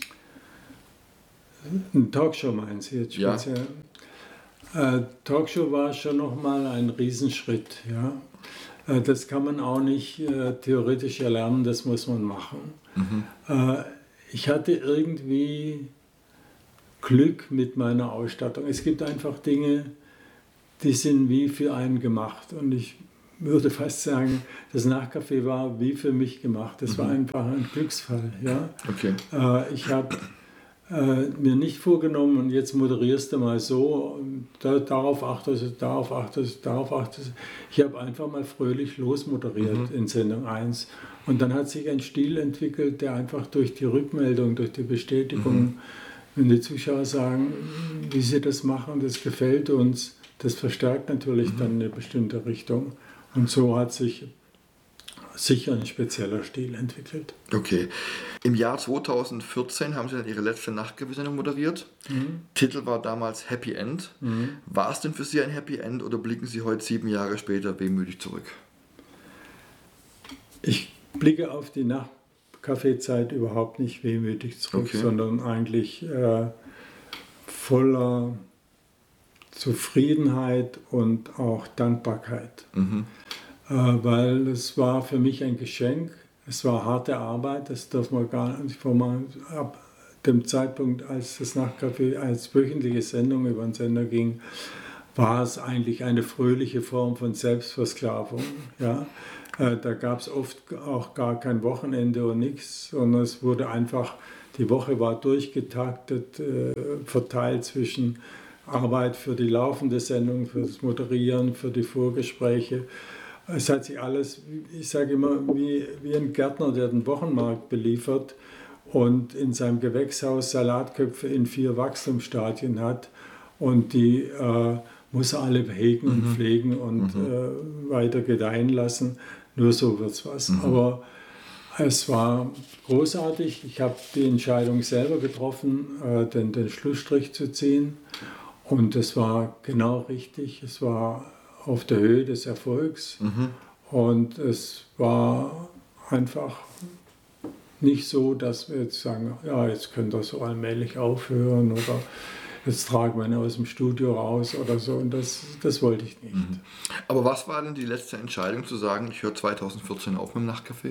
Eine Talkshow meinen Sie jetzt speziell? Ja. Äh, Talkshow war schon nochmal ein Riesenschritt. Ja? Äh, das kann man auch nicht äh, theoretisch erlernen, das muss man machen. Mhm. Äh, ich hatte irgendwie Glück mit meiner Ausstattung. Es gibt einfach Dinge, die sind wie für einen gemacht. Und ich würde fast sagen, das Nachcafé war wie für mich gemacht. Das mhm. war einfach ein Glücksfall. Ja? Okay. Äh, ich habe äh, mir nicht vorgenommen, und jetzt moderierst du mal so, da, darauf achtest du, darauf achtest du, darauf achtest du. Ich habe einfach mal fröhlich losmoderiert mhm. in Sendung eins. Und dann hat sich ein Stil entwickelt, der einfach durch die Rückmeldung, durch die Bestätigung, mhm. wenn die Zuschauer sagen, wie sie das machen, das gefällt uns, das verstärkt natürlich mhm. dann eine bestimmte Richtung. Und so hat sich sicher ein spezieller Stil entwickelt. Okay. Im Jahr zweitausendvierzehn haben Sie dann Ihre letzte Nachtcafé-Sendung moderiert. Mhm. Titel war damals Happy End. Mhm. War es denn für Sie ein Happy End oder blicken Sie heute sieben Jahre später wehmütig zurück? Ich blicke auf die Nachtcafé-Zeit überhaupt nicht wehmütig zurück, okay. sondern eigentlich äh, voller Zufriedenheit und auch Dankbarkeit. Mhm. Äh, weil es war für mich ein Geschenk, es war harte Arbeit, das darf man gar nicht vormachen. Ab dem Zeitpunkt, als das Nachtcafé als wöchentliche Sendung über den Sender ging, war es eigentlich eine fröhliche Form von Selbstversklavung. Ja? Äh, da gab es oft auch gar kein Wochenende und nichts, sondern es wurde einfach, die Woche war durchgetaktet, äh, verteilt zwischen Arbeit für die laufende Sendung, für das Moderieren, für die Vorgespräche. Es hat sich alles, ich sage immer, wie, wie ein Gärtner, der den Wochenmarkt beliefert und in seinem Gewächshaus Salatköpfe in vier Wachstumsstadien hat und die äh, muss er alle hegen und mhm. pflegen und mhm. äh, weiter gedeihen lassen. Nur so wird es was. Mhm. Aber es war großartig. Ich habe die Entscheidung selber getroffen, äh, den, den Schlussstrich zu ziehen. Und es war genau richtig, es war auf der Höhe des Erfolgs mhm. und es war einfach nicht so, dass wir jetzt sagen, ja, jetzt könnt ihr so allmählich aufhören oder jetzt tragen wir ihn aus dem Studio raus oder so, und das, das wollte ich nicht. Mhm. Aber was war denn die letzte Entscheidung zu sagen, ich höre zweitausendvierzehn auf mit dem Nachtcafé?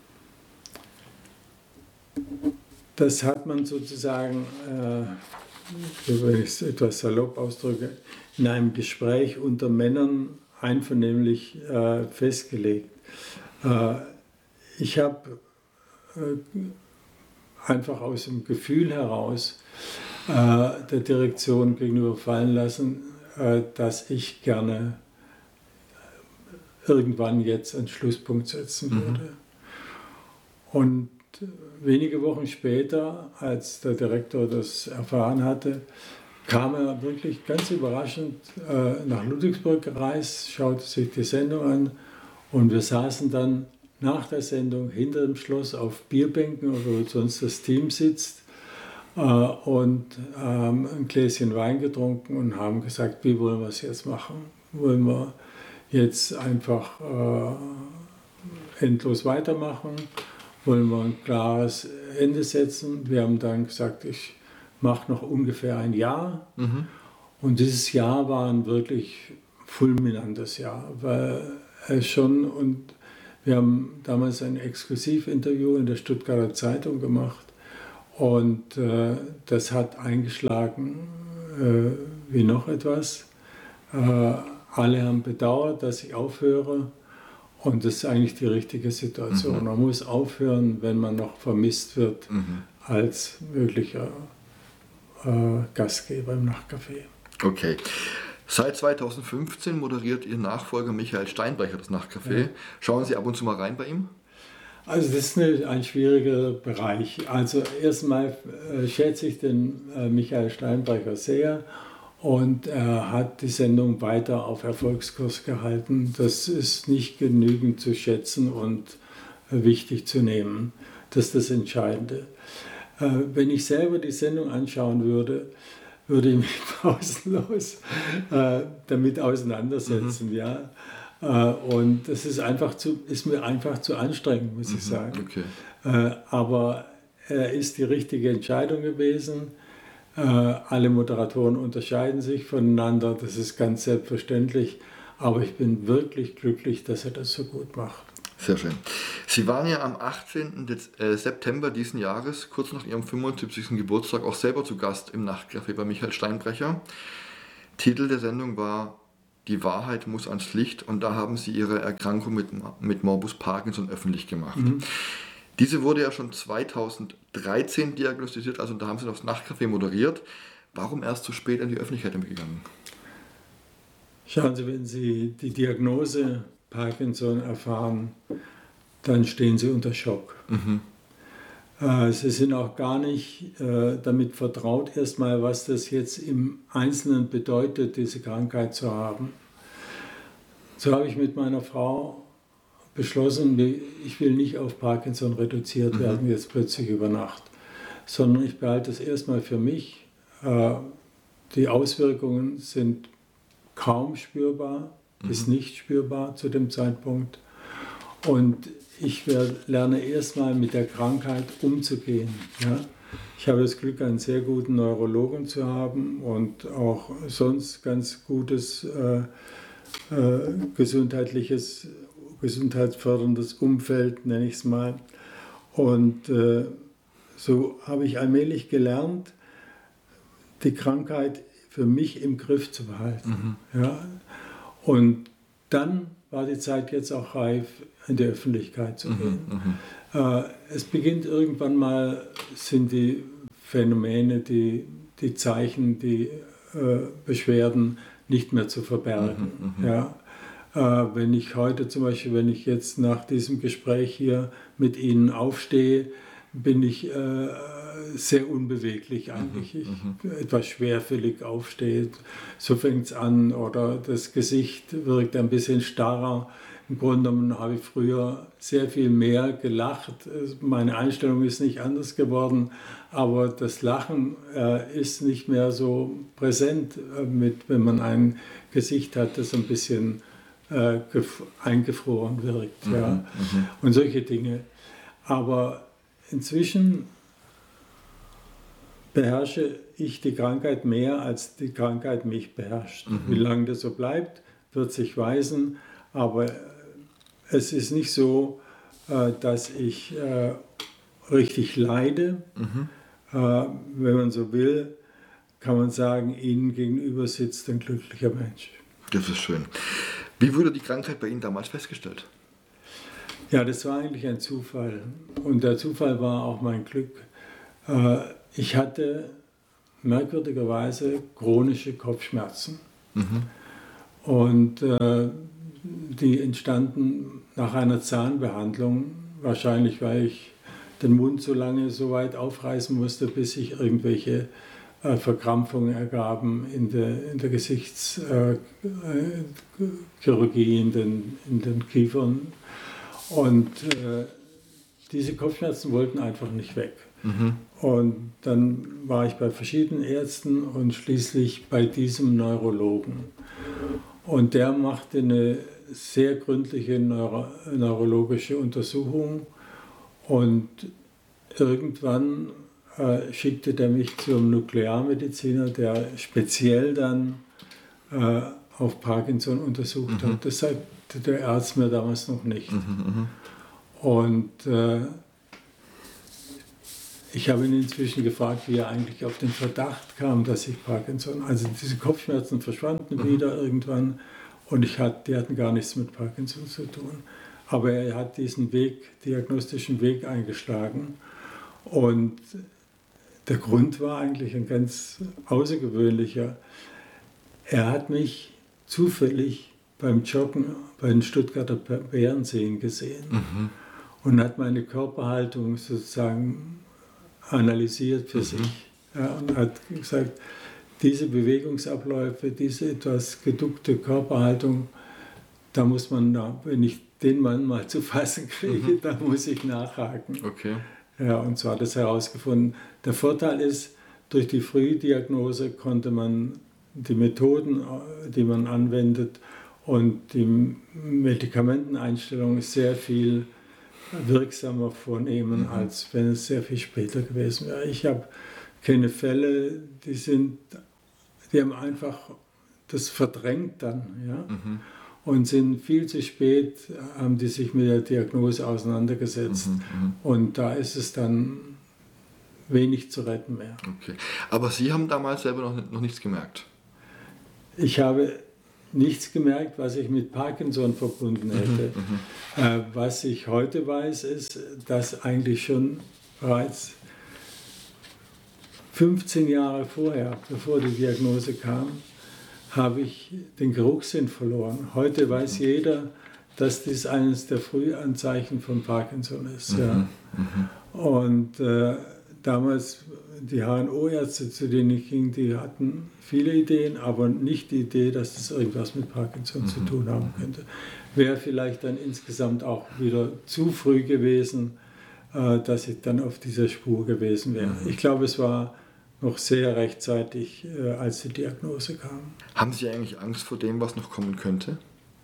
Das hat man sozusagen... Äh, wenn ich es etwas salopp ausdrücke, in einem Gespräch unter Männern einvernehmlich äh, festgelegt. Äh, ich habe äh, einfach aus dem Gefühl heraus äh, der Direktion gegenüber fallen lassen, äh, dass ich gerne irgendwann jetzt einen Schlusspunkt setzen würde. Mhm. Und wenige Wochen später, als der Direktor das erfahren hatte, kam er wirklich ganz überraschend äh, nach Ludwigsburg gereist, schaute sich die Sendung an Und wir saßen dann nach der Sendung hinter dem Schloss auf Bierbänken, wo sonst das Team sitzt, äh, und haben ein Gläschen Wein getrunken und haben gesagt, wie wollen wir es jetzt machen? Wollen wir jetzt einfach äh, endlos weitermachen? Wollen wir ein klares Ende setzen? Wir haben dann gesagt, ich mache noch ungefähr ein Jahr. Mhm. Und dieses Jahr war ein wirklich fulminantes Jahr, weil es schon, und wir haben damals ein Exklusivinterview in der Stuttgarter Zeitung gemacht und äh, das hat eingeschlagen äh, wie noch etwas. Äh, alle haben bedauert, dass ich aufhöre. Und das ist eigentlich die richtige Situation. Mhm. Man muss aufhören, wenn man noch vermisst wird mhm. als möglicher äh, Gastgeber im Nachtcafé. Okay. Seit zweitausendfünfzehn moderiert Ihr Nachfolger Michael Steinbrecher das Nachtcafé. Ja. Schauen Sie ab und zu mal rein bei ihm? Also das ist eine, ein schwieriger Bereich. Also erstmal äh, schätze ich den äh, Michael Steinbrecher sehr. Und er hat die Sendung weiter auf Erfolgskurs gehalten. Das ist nicht genügend zu schätzen und wichtig zu nehmen. Das ist das Entscheidende. Wenn ich selber die Sendung anschauen würde, würde ich mich pausenlos damit auseinandersetzen. Mhm. Ja. Und das ist, einfach zu, ist mir einfach zu anstrengend, muss ich sagen. Okay. Aber er ist die richtige Entscheidung gewesen. Alle Moderatoren unterscheiden sich voneinander, das ist ganz selbstverständlich, aber ich bin wirklich glücklich, dass er das so gut macht. Sehr schön. Sie waren ja am achtzehnten September diesen Jahres, kurz nach Ihrem fünfundsiebzigsten Geburtstag, auch selber zu Gast im Nachtcafé bei Michael Steinbrecher. Titel der Sendung war Die Wahrheit muss ans Licht und da haben Sie Ihre Erkrankung mit, mit Morbus Parkinson öffentlich gemacht. Mhm. Diese wurde ja schon zweitausenddreizehn diagnostiziert, also da haben Sie noch das Nachtcafé moderiert. Warum erst so spät in die Öffentlichkeit gegangen? Schauen Sie, wenn Sie die Diagnose Parkinson erfahren, dann stehen Sie unter Schock. Mhm. Äh, Sie sind auch gar nicht äh, damit vertraut, erstmal, was das jetzt im Einzelnen bedeutet, diese Krankheit zu haben. So habe ich mit meiner Frau beschlossen, ich will nicht auf Parkinson reduziert mhm. werden, jetzt plötzlich über Nacht, sondern ich behalte es erstmal für mich. Die Auswirkungen sind kaum spürbar, mhm. bis nicht spürbar zu dem Zeitpunkt. Und ich werde, lerne erstmal mit der Krankheit umzugehen. Ja? Ich habe das Glück, einen sehr guten Neurologen zu haben und auch sonst ganz gutes äh, äh, gesundheitliches gesundheitsförderndes Umfeld, nenne ich es mal. Und äh, so habe ich allmählich gelernt, die Krankheit für mich im Griff zu behalten. Mhm. Ja? Und dann war die Zeit jetzt auch reif, in die Öffentlichkeit zu gehen. Mhm, äh, es beginnt irgendwann mal, sind die Phänomene, die, die Zeichen, die äh, Beschwerden nicht mehr zu verbergen. Mhm, ja? Äh, wenn ich heute zum Beispiel, wenn ich jetzt nach diesem Gespräch hier mit Ihnen aufstehe, bin ich äh, sehr unbeweglich eigentlich. Ich mhm. etwas schwerfällig aufstehe. So fängt es an. Oder das Gesicht wirkt ein bisschen starrer. Im Grunde genommen habe ich früher sehr viel mehr gelacht. Meine Einstellung ist nicht anders geworden, aber das Lachen äh, ist nicht mehr so präsent, äh, mit, wenn man ein Gesicht hat, das ein bisschen äh, eingefroren wirkt. Mhm, ja. mhm. Und solche Dinge. Aber inzwischen beherrsche ich die Krankheit mehr, als die Krankheit mich beherrscht. Mhm. Wie lange das so bleibt, wird sich weisen, aber es ist nicht so, dass ich richtig leide. Mhm. Wenn man so will, kann man sagen, Ihnen gegenüber sitzt ein glücklicher Mensch. Das ist schön. Wie wurde die Krankheit bei Ihnen damals festgestellt? Ja, das war eigentlich ein Zufall. Und der Zufall war auch mein Glück. Ich hatte merkwürdigerweise chronische Kopfschmerzen. Mhm. Und äh, die entstanden nach einer Zahnbehandlung, wahrscheinlich weil ich den Mund so lange so weit aufreißen musste, bis ich irgendwelche äh, Verkrampfungen ergaben in der, in der Gesichtschirurgie, äh, in, den, in den Kiefern. Und äh, diese Kopfschmerzen wollten einfach nicht weg. Mhm. Und dann war ich bei verschiedenen Ärzten und schließlich bei diesem Neurologen. Und der machte eine sehr gründliche neuro neurologische Untersuchung und irgendwann äh, schickte der mich zum Nuklearmediziner, der speziell dann äh, auf Parkinson untersucht mhm. hat. Das sagte der Arzt mir damals noch nicht. Mhm, und äh, ich habe ihn inzwischen gefragt, wie er eigentlich auf den Verdacht kam, dass ich Parkinson, also diese Kopfschmerzen verschwanden mhm. wieder irgendwann und ich hat, die hatten gar nichts mit Parkinson zu tun. Aber er hat diesen Weg, diagnostischen Weg eingeschlagen und der Grund war eigentlich ein ganz außergewöhnlicher. Er hat mich zufällig beim Joggen bei den Stuttgarter Bärenseen gesehen mhm. und hat meine Körperhaltung sozusagen analysiert für mhm. sich ja, und hat gesagt, diese Bewegungsabläufe, diese etwas geduckte Körperhaltung, da muss man, wenn ich den Mann mal zu fassen kriege, mhm. da muss ich nachhaken. Okay. Ja, und so hat es herausgefunden. Der Vorteil ist, durch die Frühdiagnose konnte man die Methoden, die man anwendet und die Medikamenteneinstellung sehr viel wirksamer vornehmen, mhm. als wenn es sehr viel später gewesen wäre. Ich habe keine Fälle, die sind, die haben einfach das verdrängt dann, ja, mhm. und sind viel zu spät, haben die sich mit der Diagnose auseinandergesetzt mhm. und da ist es dann wenig zu retten mehr. Okay. Aber Sie haben damals selber noch, noch nichts gemerkt? Ich habe nichts gemerkt, was ich mit Parkinson verbunden hätte. Mhm, äh, was ich heute weiß, ist, dass eigentlich schon bereits fünfzehn Jahre vorher, bevor die Diagnose kam, habe ich den Geruchssinn verloren. Heute weiß mhm. jeder, dass dies eines der Frühanzeichen von Parkinson ist. Mhm, ja. mhm. Und äh, damals die H N O-Ärzte, zu denen ich ging, die hatten viele Ideen, aber nicht die Idee, dass das irgendwas mit Parkinson mhm. zu tun haben könnte. Wäre vielleicht dann insgesamt auch wieder zu früh gewesen, äh, dass ich dann auf dieser Spur gewesen wäre. Mhm. Ich glaube, es war noch sehr rechtzeitig, äh, als die Diagnose kam. Haben Sie eigentlich Angst vor dem, was noch kommen könnte?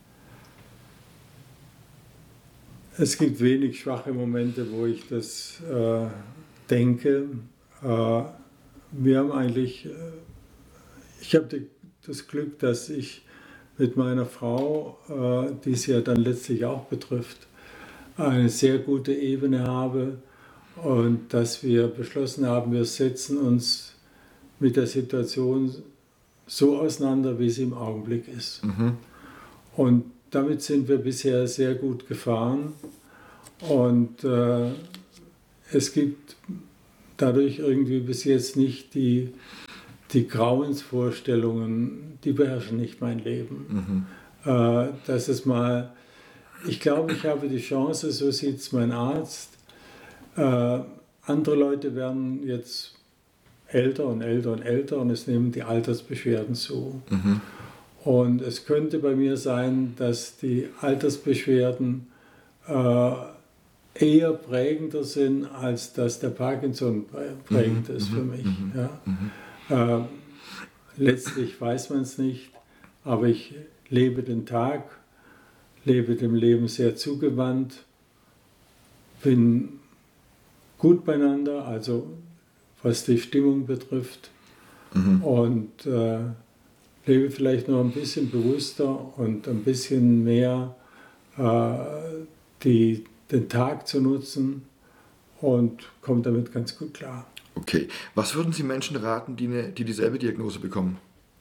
Es gibt wenig schwache Momente, wo ich das äh, denke. Äh, wir haben eigentlich, äh, ich habe das Glück, dass ich mit meiner Frau, äh, die es ja dann letztlich auch betrifft, eine sehr gute Ebene habe und dass wir beschlossen haben, wir setzen uns mit der Situation so auseinander, wie sie im Augenblick ist. Mhm. Und damit sind wir bisher sehr gut gefahren und äh, es gibt dadurch irgendwie bis jetzt nicht die, die Grauensvorstellungen, die beherrschen nicht mein Leben. Mhm. Äh, dass es mal, ich glaube, ich habe die Chance, so sieht es mein Arzt, äh, andere Leute werden jetzt älter und älter und älter und es nehmen die Altersbeschwerden zu. Mhm. Und es könnte bei mir sein, dass die Altersbeschwerden äh, eher prägender sind, als dass der Parkinson prägend mhm, ist für mich. Mhm, ja. mhm. Äh, letztlich weiß man es nicht, aber ich lebe den Tag, lebe dem Leben sehr zugewandt, bin gut beieinander, also was die Stimmung betrifft, mhm. und äh, lebe vielleicht noch ein bisschen bewusster und ein bisschen mehr äh, die, den Tag zu nutzen und komme damit ganz gut klar. Okay. Was würden Sie Menschen raten, die, eine, die dieselbe Diagnose bekommen?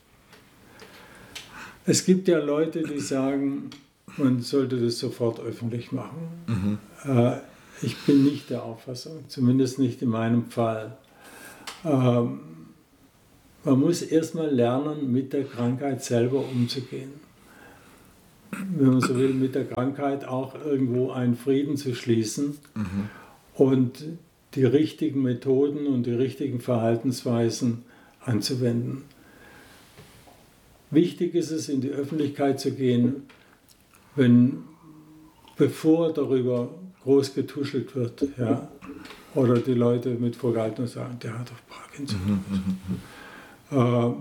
Es gibt ja Leute, die sagen, man sollte das sofort öffentlich machen. Mhm. Äh, ich bin nicht der Auffassung, zumindest nicht in meinem Fall. Ähm, Man muss erstmal lernen, mit der Krankheit selber umzugehen. Wenn man so will, mit der Krankheit auch irgendwo einen Frieden zu schließen mhm. und die richtigen Methoden und die richtigen Verhaltensweisen anzuwenden. Wichtig ist es, in die Öffentlichkeit zu gehen, wenn, bevor darüber groß getuschelt wird, ja, oder die Leute mit Vorgehaltenem sagen, der hat doch Parkinson. Mhm, äh,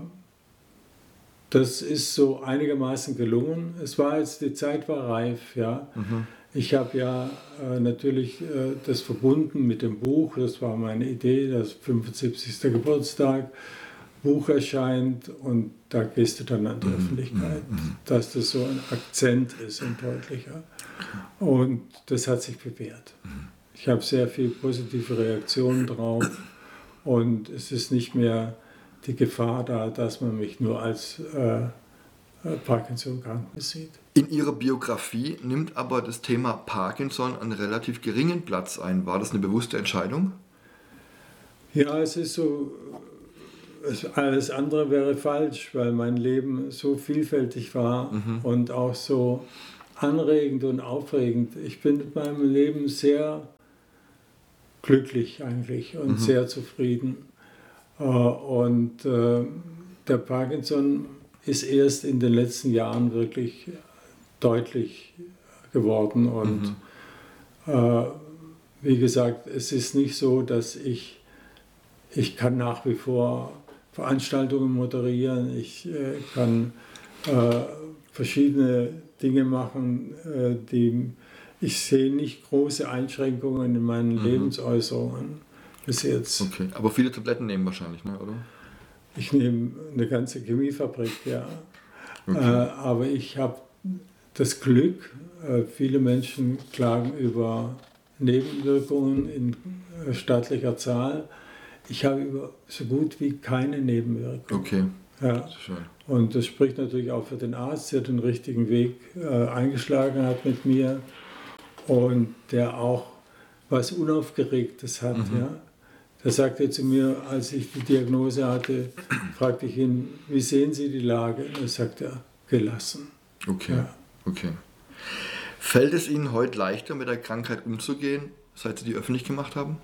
das ist so einigermaßen gelungen. Es war jetzt, die Zeit war reif, ja. Mhm. Ich habe ja äh, natürlich äh, das verbunden mit dem Buch, das war meine Idee, das fünfundsiebzigste Geburtstag, Buch erscheint und da gehst du dann an die mhm. Öffentlichkeit, mhm. dass das so ein Akzent ist, ein deutlicher. Und das hat sich bewährt. Mhm. Ich habe sehr viele positive Reaktionen drauf und es ist nicht mehr die Gefahr da, dass man mich nur als äh, Parkinson-Kranken sieht. In Ihrer Biografie nimmt aber das Thema Parkinson einen relativ geringen Platz ein. War das eine bewusste Entscheidung? Ja, es ist so, alles andere wäre falsch, weil mein Leben so vielfältig war mhm. und auch so anregend und aufregend. Ich bin mit meinem Leben sehr glücklich eigentlich und mhm. sehr zufrieden. Und äh, der Parkinson ist erst in den letzten Jahren wirklich deutlich geworden. Und mhm. äh, wie gesagt, es ist nicht so, dass ich, ich kann nach wie vor Veranstaltungen moderieren, ich äh, kann äh, verschiedene Dinge machen, äh, die ich sehe nicht große Einschränkungen in meinen mhm. Lebensäußerungen bis jetzt. Okay, aber viele Tabletten nehmen wahrscheinlich, ne, oder? Ich nehme eine ganze Chemiefabrik, ja. Okay. Äh, aber ich habe das Glück, äh, viele Menschen klagen über Nebenwirkungen in äh, stattlicher Zahl. Ich habe über so gut wie keine Nebenwirkungen. Okay, ja. Schön. Und das spricht natürlich auch für den Arzt, der den richtigen Weg äh, eingeschlagen hat mit mir und der auch was Unaufgeregtes hat. Mhm. Ja. Der sagte zu mir, als ich die Diagnose hatte, fragte ich ihn, wie sehen Sie die Lage? Und er sagte, gelassen. Okay, ja. okay. Fällt es Ihnen heute leichter, mit der Krankheit umzugehen, seit Sie die öffentlich gemacht haben?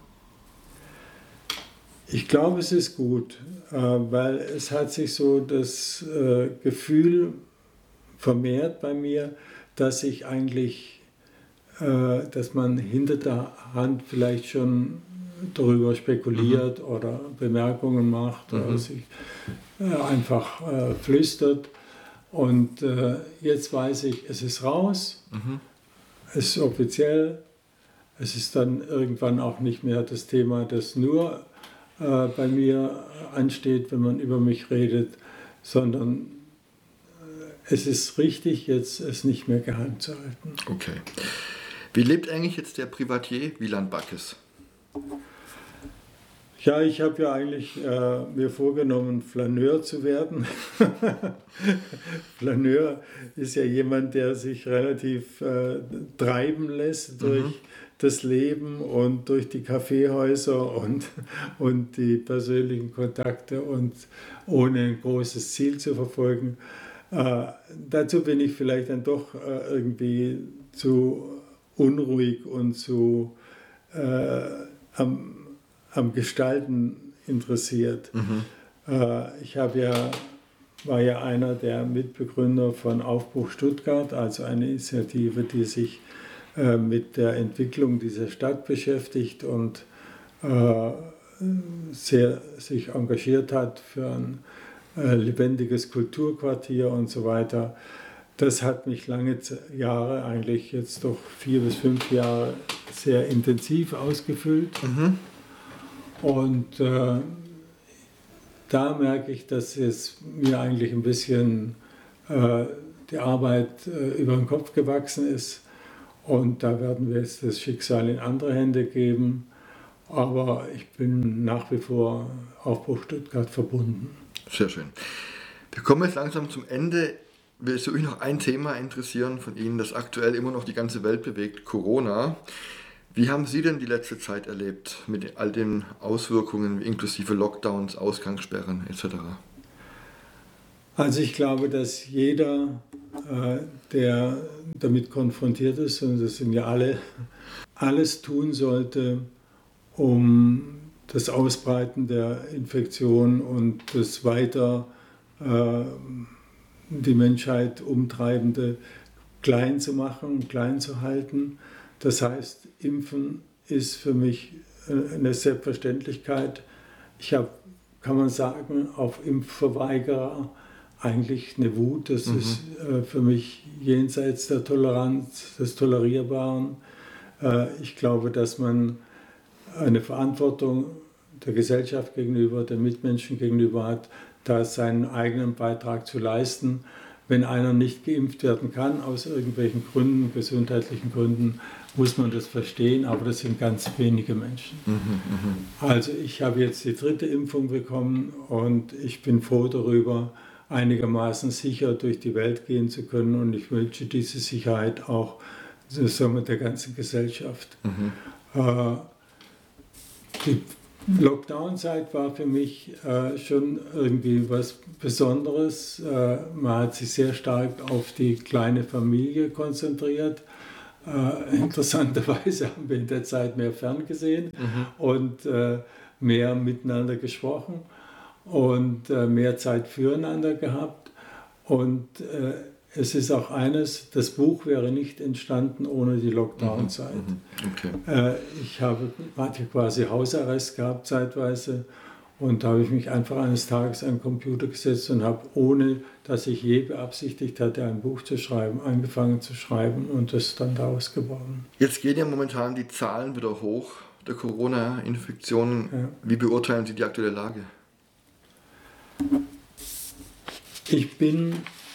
Ich glaube, es ist gut, weil es hat sich so das Gefühl vermehrt bei mir, dass ich eigentlich, dass man hinter der Hand vielleicht schon darüber spekuliert mhm. oder Bemerkungen macht mhm. oder sich einfach flüstert. Und jetzt weiß ich, es ist raus, mhm. es ist offiziell, es ist dann irgendwann auch nicht mehr das Thema, das nur bei mir ansteht, wenn man über mich redet, sondern es ist richtig, jetzt es nicht mehr geheim zu halten. Okay. Wie lebt eigentlich jetzt der Privatier Wieland Backes? Ja, ich habe ja eigentlich äh, mir vorgenommen, Flaneur zu werden. Flaneur ist ja jemand, der sich relativ äh, treiben lässt durch mhm. das Leben und durch die Kaffeehäuser und, und die persönlichen Kontakte und ohne ein großes Ziel zu verfolgen. Äh, dazu bin ich vielleicht dann doch äh, irgendwie zu unruhig und zu äh, am, am Gestalten interessiert. Mhm. Äh, ich habe ja, war ja einer der Mitbegründer von Aufbruch Stuttgart, also eine Initiative, die sich äh, mit der Entwicklung dieser Stadt beschäftigt und äh, sehr sich engagiert hat für ein äh, lebendiges Kulturquartier und so weiter. Das hat mich lange Jahre, eigentlich jetzt doch vier bis fünf Jahre, sehr intensiv ausgefüllt. Mhm. Und äh, da merke ich, dass es mir eigentlich ein bisschen äh, die Arbeit äh, über den Kopf gewachsen ist. Und da werden wir jetzt das Schicksal in andere Hände geben. Aber ich bin nach wie vor Aufbruch Stuttgart verbunden. Sehr schön. Wir kommen jetzt langsam zum Ende. Will so noch ein Thema interessieren von Ihnen, das aktuell immer noch die ganze Welt bewegt, Corona. Wie haben Sie denn die letzte Zeit erlebt mit all den Auswirkungen inklusive Lockdowns, Ausgangssperren et cetera? Also ich glaube, dass jeder, äh, der damit konfrontiert ist, und das sind ja alle, alles tun sollte, um das Ausbreiten der Infektion und das weiter äh, die Menschheit umtreibende klein zu machen, klein zu halten. Das heißt, Impfen ist für mich eine Selbstverständlichkeit. Ich habe, kann man sagen, auf Impfverweigerer eigentlich eine Wut. Das mhm. ist äh, für mich jenseits der Toleranz, des Tolerierbaren. Äh, ich glaube, dass man eine Verantwortung der Gesellschaft gegenüber, der Mitmenschen gegenüber hat, da seinen eigenen Beitrag zu leisten. Wenn einer nicht geimpft werden kann, aus irgendwelchen Gründen, gesundheitlichen Gründen, muss man das verstehen, aber das sind ganz wenige Menschen. Mhm, mh. Also ich habe jetzt die dritte Impfung bekommen und ich bin froh darüber, einigermaßen sicher durch die Welt gehen zu können, und ich wünsche diese Sicherheit auch zusammen der ganzen Gesellschaft. Mhm. Äh, die Lockdown-Zeit war für mich äh, schon irgendwie was Besonderes. Äh, man hat sich sehr stark auf die kleine Familie konzentriert. Äh, interessanterweise haben wir in der Zeit mehr ferngesehen mhm. und äh, mehr miteinander gesprochen und äh, mehr Zeit füreinander gehabt. Und äh, es ist auch eines, das Buch wäre nicht entstanden ohne die Lockdown-Zeit. Mhm, okay. äh, ich habe, hatte quasi Hausarrest gehabt zeitweise, und da habe ich mich einfach eines Tages an den Computer gesetzt und habe, ohne dass ich je beabsichtigt hatte, ein Buch zu schreiben, angefangen zu schreiben und das ist dann daraus geworden. Jetzt gehen ja momentan die Zahlen wieder hoch der Corona-Infektionen. Ja. Wie beurteilen Sie die aktuelle Lage? Ich bin...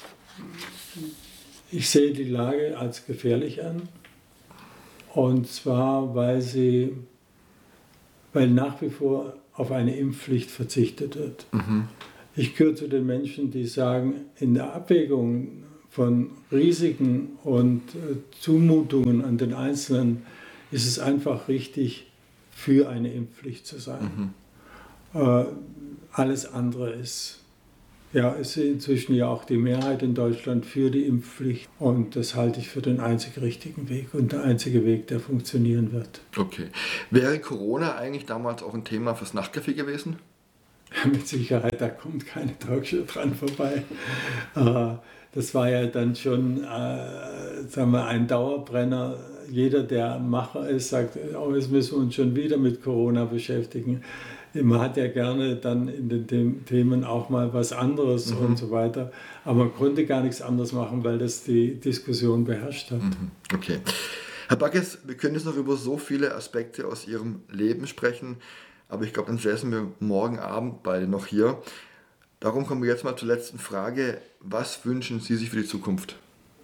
Ich sehe die Lage als gefährlich an, und zwar, weil sie, weil nach wie vor auf eine Impfpflicht verzichtet wird. Mhm. Ich gehöre zu den Menschen, die sagen, in der Abwägung von Risiken und äh, Zumutungen an den Einzelnen ist es einfach richtig, für eine Impfpflicht zu sein. Mhm. Äh, alles andere ist... Ja, es ist inzwischen ja auch die Mehrheit in Deutschland für die Impfpflicht, und das halte ich für den einzig richtigen Weg und der einzige Weg, der funktionieren wird. Okay. Wäre Corona eigentlich damals auch ein Thema fürs Nachtcafé gewesen? Mit Sicherheit, da kommt keine Talkshow dran vorbei. Das war ja dann schon sagen wir, ein Dauerbrenner. Jeder, der Macher ist, sagt, oh, jetzt müssen wir uns schon wieder mit Corona beschäftigen. Man hat ja gerne dann in den Themen auch mal was anderes mhm. und so weiter. Aber man konnte gar nichts anderes machen, weil das die Diskussion beherrscht hat. Mhm. Okay. Herr Backes, wir können jetzt noch über so viele Aspekte aus Ihrem Leben sprechen, aber ich glaube, dann säßen wir morgen Abend beide noch hier. Darum kommen wir jetzt mal zur letzten Frage. Was wünschen Sie sich für die Zukunft?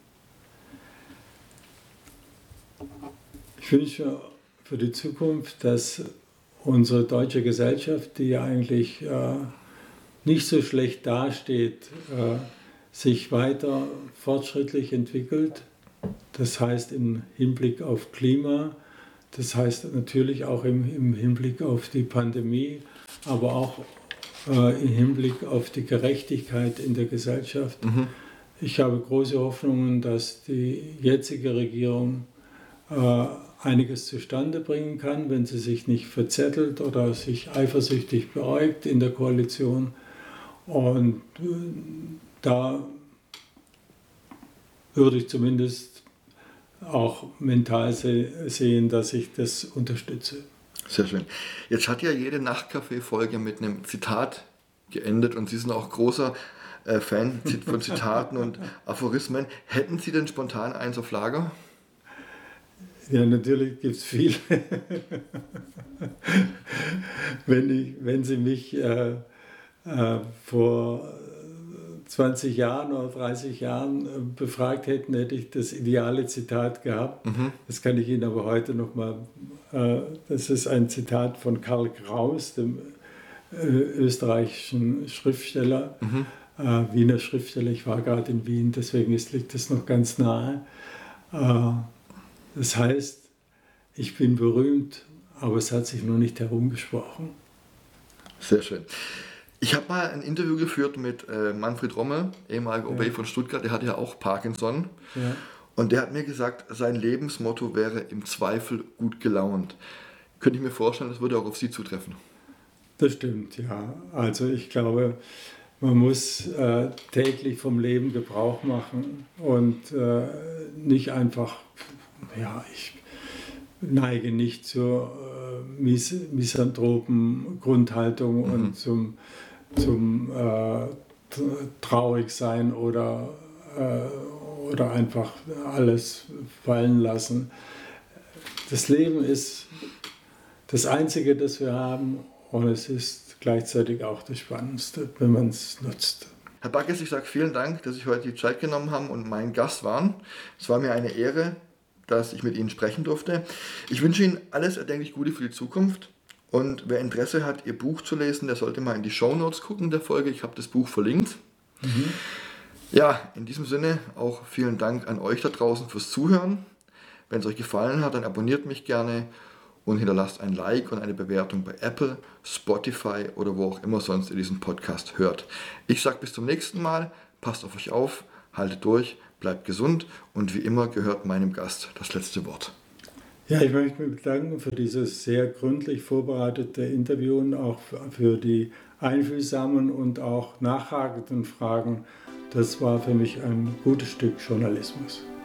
Ich wünsche für die Zukunft, dass unsere deutsche Gesellschaft, die ja eigentlich äh, nicht so schlecht dasteht, äh, sich weiter fortschrittlich entwickelt. Das heißt im Hinblick auf Klima, das heißt natürlich auch im, im Hinblick auf die Pandemie, aber auch äh, im Hinblick auf die Gerechtigkeit in der Gesellschaft. Mhm. Ich habe große Hoffnungen, dass die jetzige Regierung äh, einiges zustande bringen kann, wenn sie sich nicht verzettelt oder sich eifersüchtig beäugt in der Koalition. Und da würde ich zumindest auch mental sehen, dass ich das unterstütze. Sehr schön. Jetzt hat ja jede Nachtcafé-Folge mit einem Zitat geendet, und Sie sind auch großer äh, Fan von Zitaten und Aphorismen. Hätten Sie denn spontan eins auf Lager? Ja, natürlich gibt es viele. wenn, ich, wenn Sie mich äh, äh, vor zwanzig Jahren oder dreißig Jahren äh, befragt hätten, hätte ich das ideale Zitat gehabt. Mhm. Das kann ich Ihnen aber heute nochmal, äh, das ist ein Zitat von Karl Kraus, dem äh, österreichischen Schriftsteller, mhm. äh, Wiener Schriftsteller. Ich war gerade in Wien, deswegen ist, liegt das noch ganz nahe. Äh, Das heißt, ich bin berühmt, aber es hat sich noch nicht herumgesprochen. Sehr schön. Ich habe mal ein Interview geführt mit äh, Manfred Rommel, ehemaliger ja. O B von Stuttgart, der hat ja auch Parkinson. Ja. Und der hat mir gesagt, sein Lebensmotto wäre im Zweifel gut gelaunt. Könnte ich mir vorstellen, das würde auch auf Sie zutreffen. Das stimmt, ja. Also ich glaube, man muss äh, täglich vom Leben Gebrauch machen und äh, nicht einfach, ja, ich neige nicht zur äh, mis misanthropen Grundhaltung mhm. und zum, zum äh, Traurigsein oder, äh, oder einfach alles fallen lassen. Das Leben ist das Einzige, das wir haben, und es ist gleichzeitig auch das Spannendste, wenn man es nutzt. Herr Backes, ich sage vielen Dank, dass Sie heute die Zeit genommen haben und mein Gast waren. Es war mir eine Ehre, dass ich mit Ihnen sprechen durfte. Ich wünsche Ihnen alles erdenklich Gute für die Zukunft. Und wer Interesse hat, Ihr Buch zu lesen, der sollte mal in die Shownotes gucken der Folge. Ich habe das Buch verlinkt. Mhm. Ja, in diesem Sinne auch vielen Dank an euch da draußen fürs Zuhören. Wenn es euch gefallen hat, dann abonniert mich gerne und hinterlasst ein Like und eine Bewertung bei Apple, Spotify oder wo auch immer sonst ihr diesen Podcast hört. Ich sage bis zum nächsten Mal, passt auf euch auf, haltet durch, bleibt gesund und wie immer gehört meinem Gast das letzte Wort. Ja, ich möchte mich bedanken für dieses sehr gründlich vorbereitete Interview und auch für die einfühlsamen und auch nachhakenden Fragen. Das war für mich ein gutes Stück Journalismus.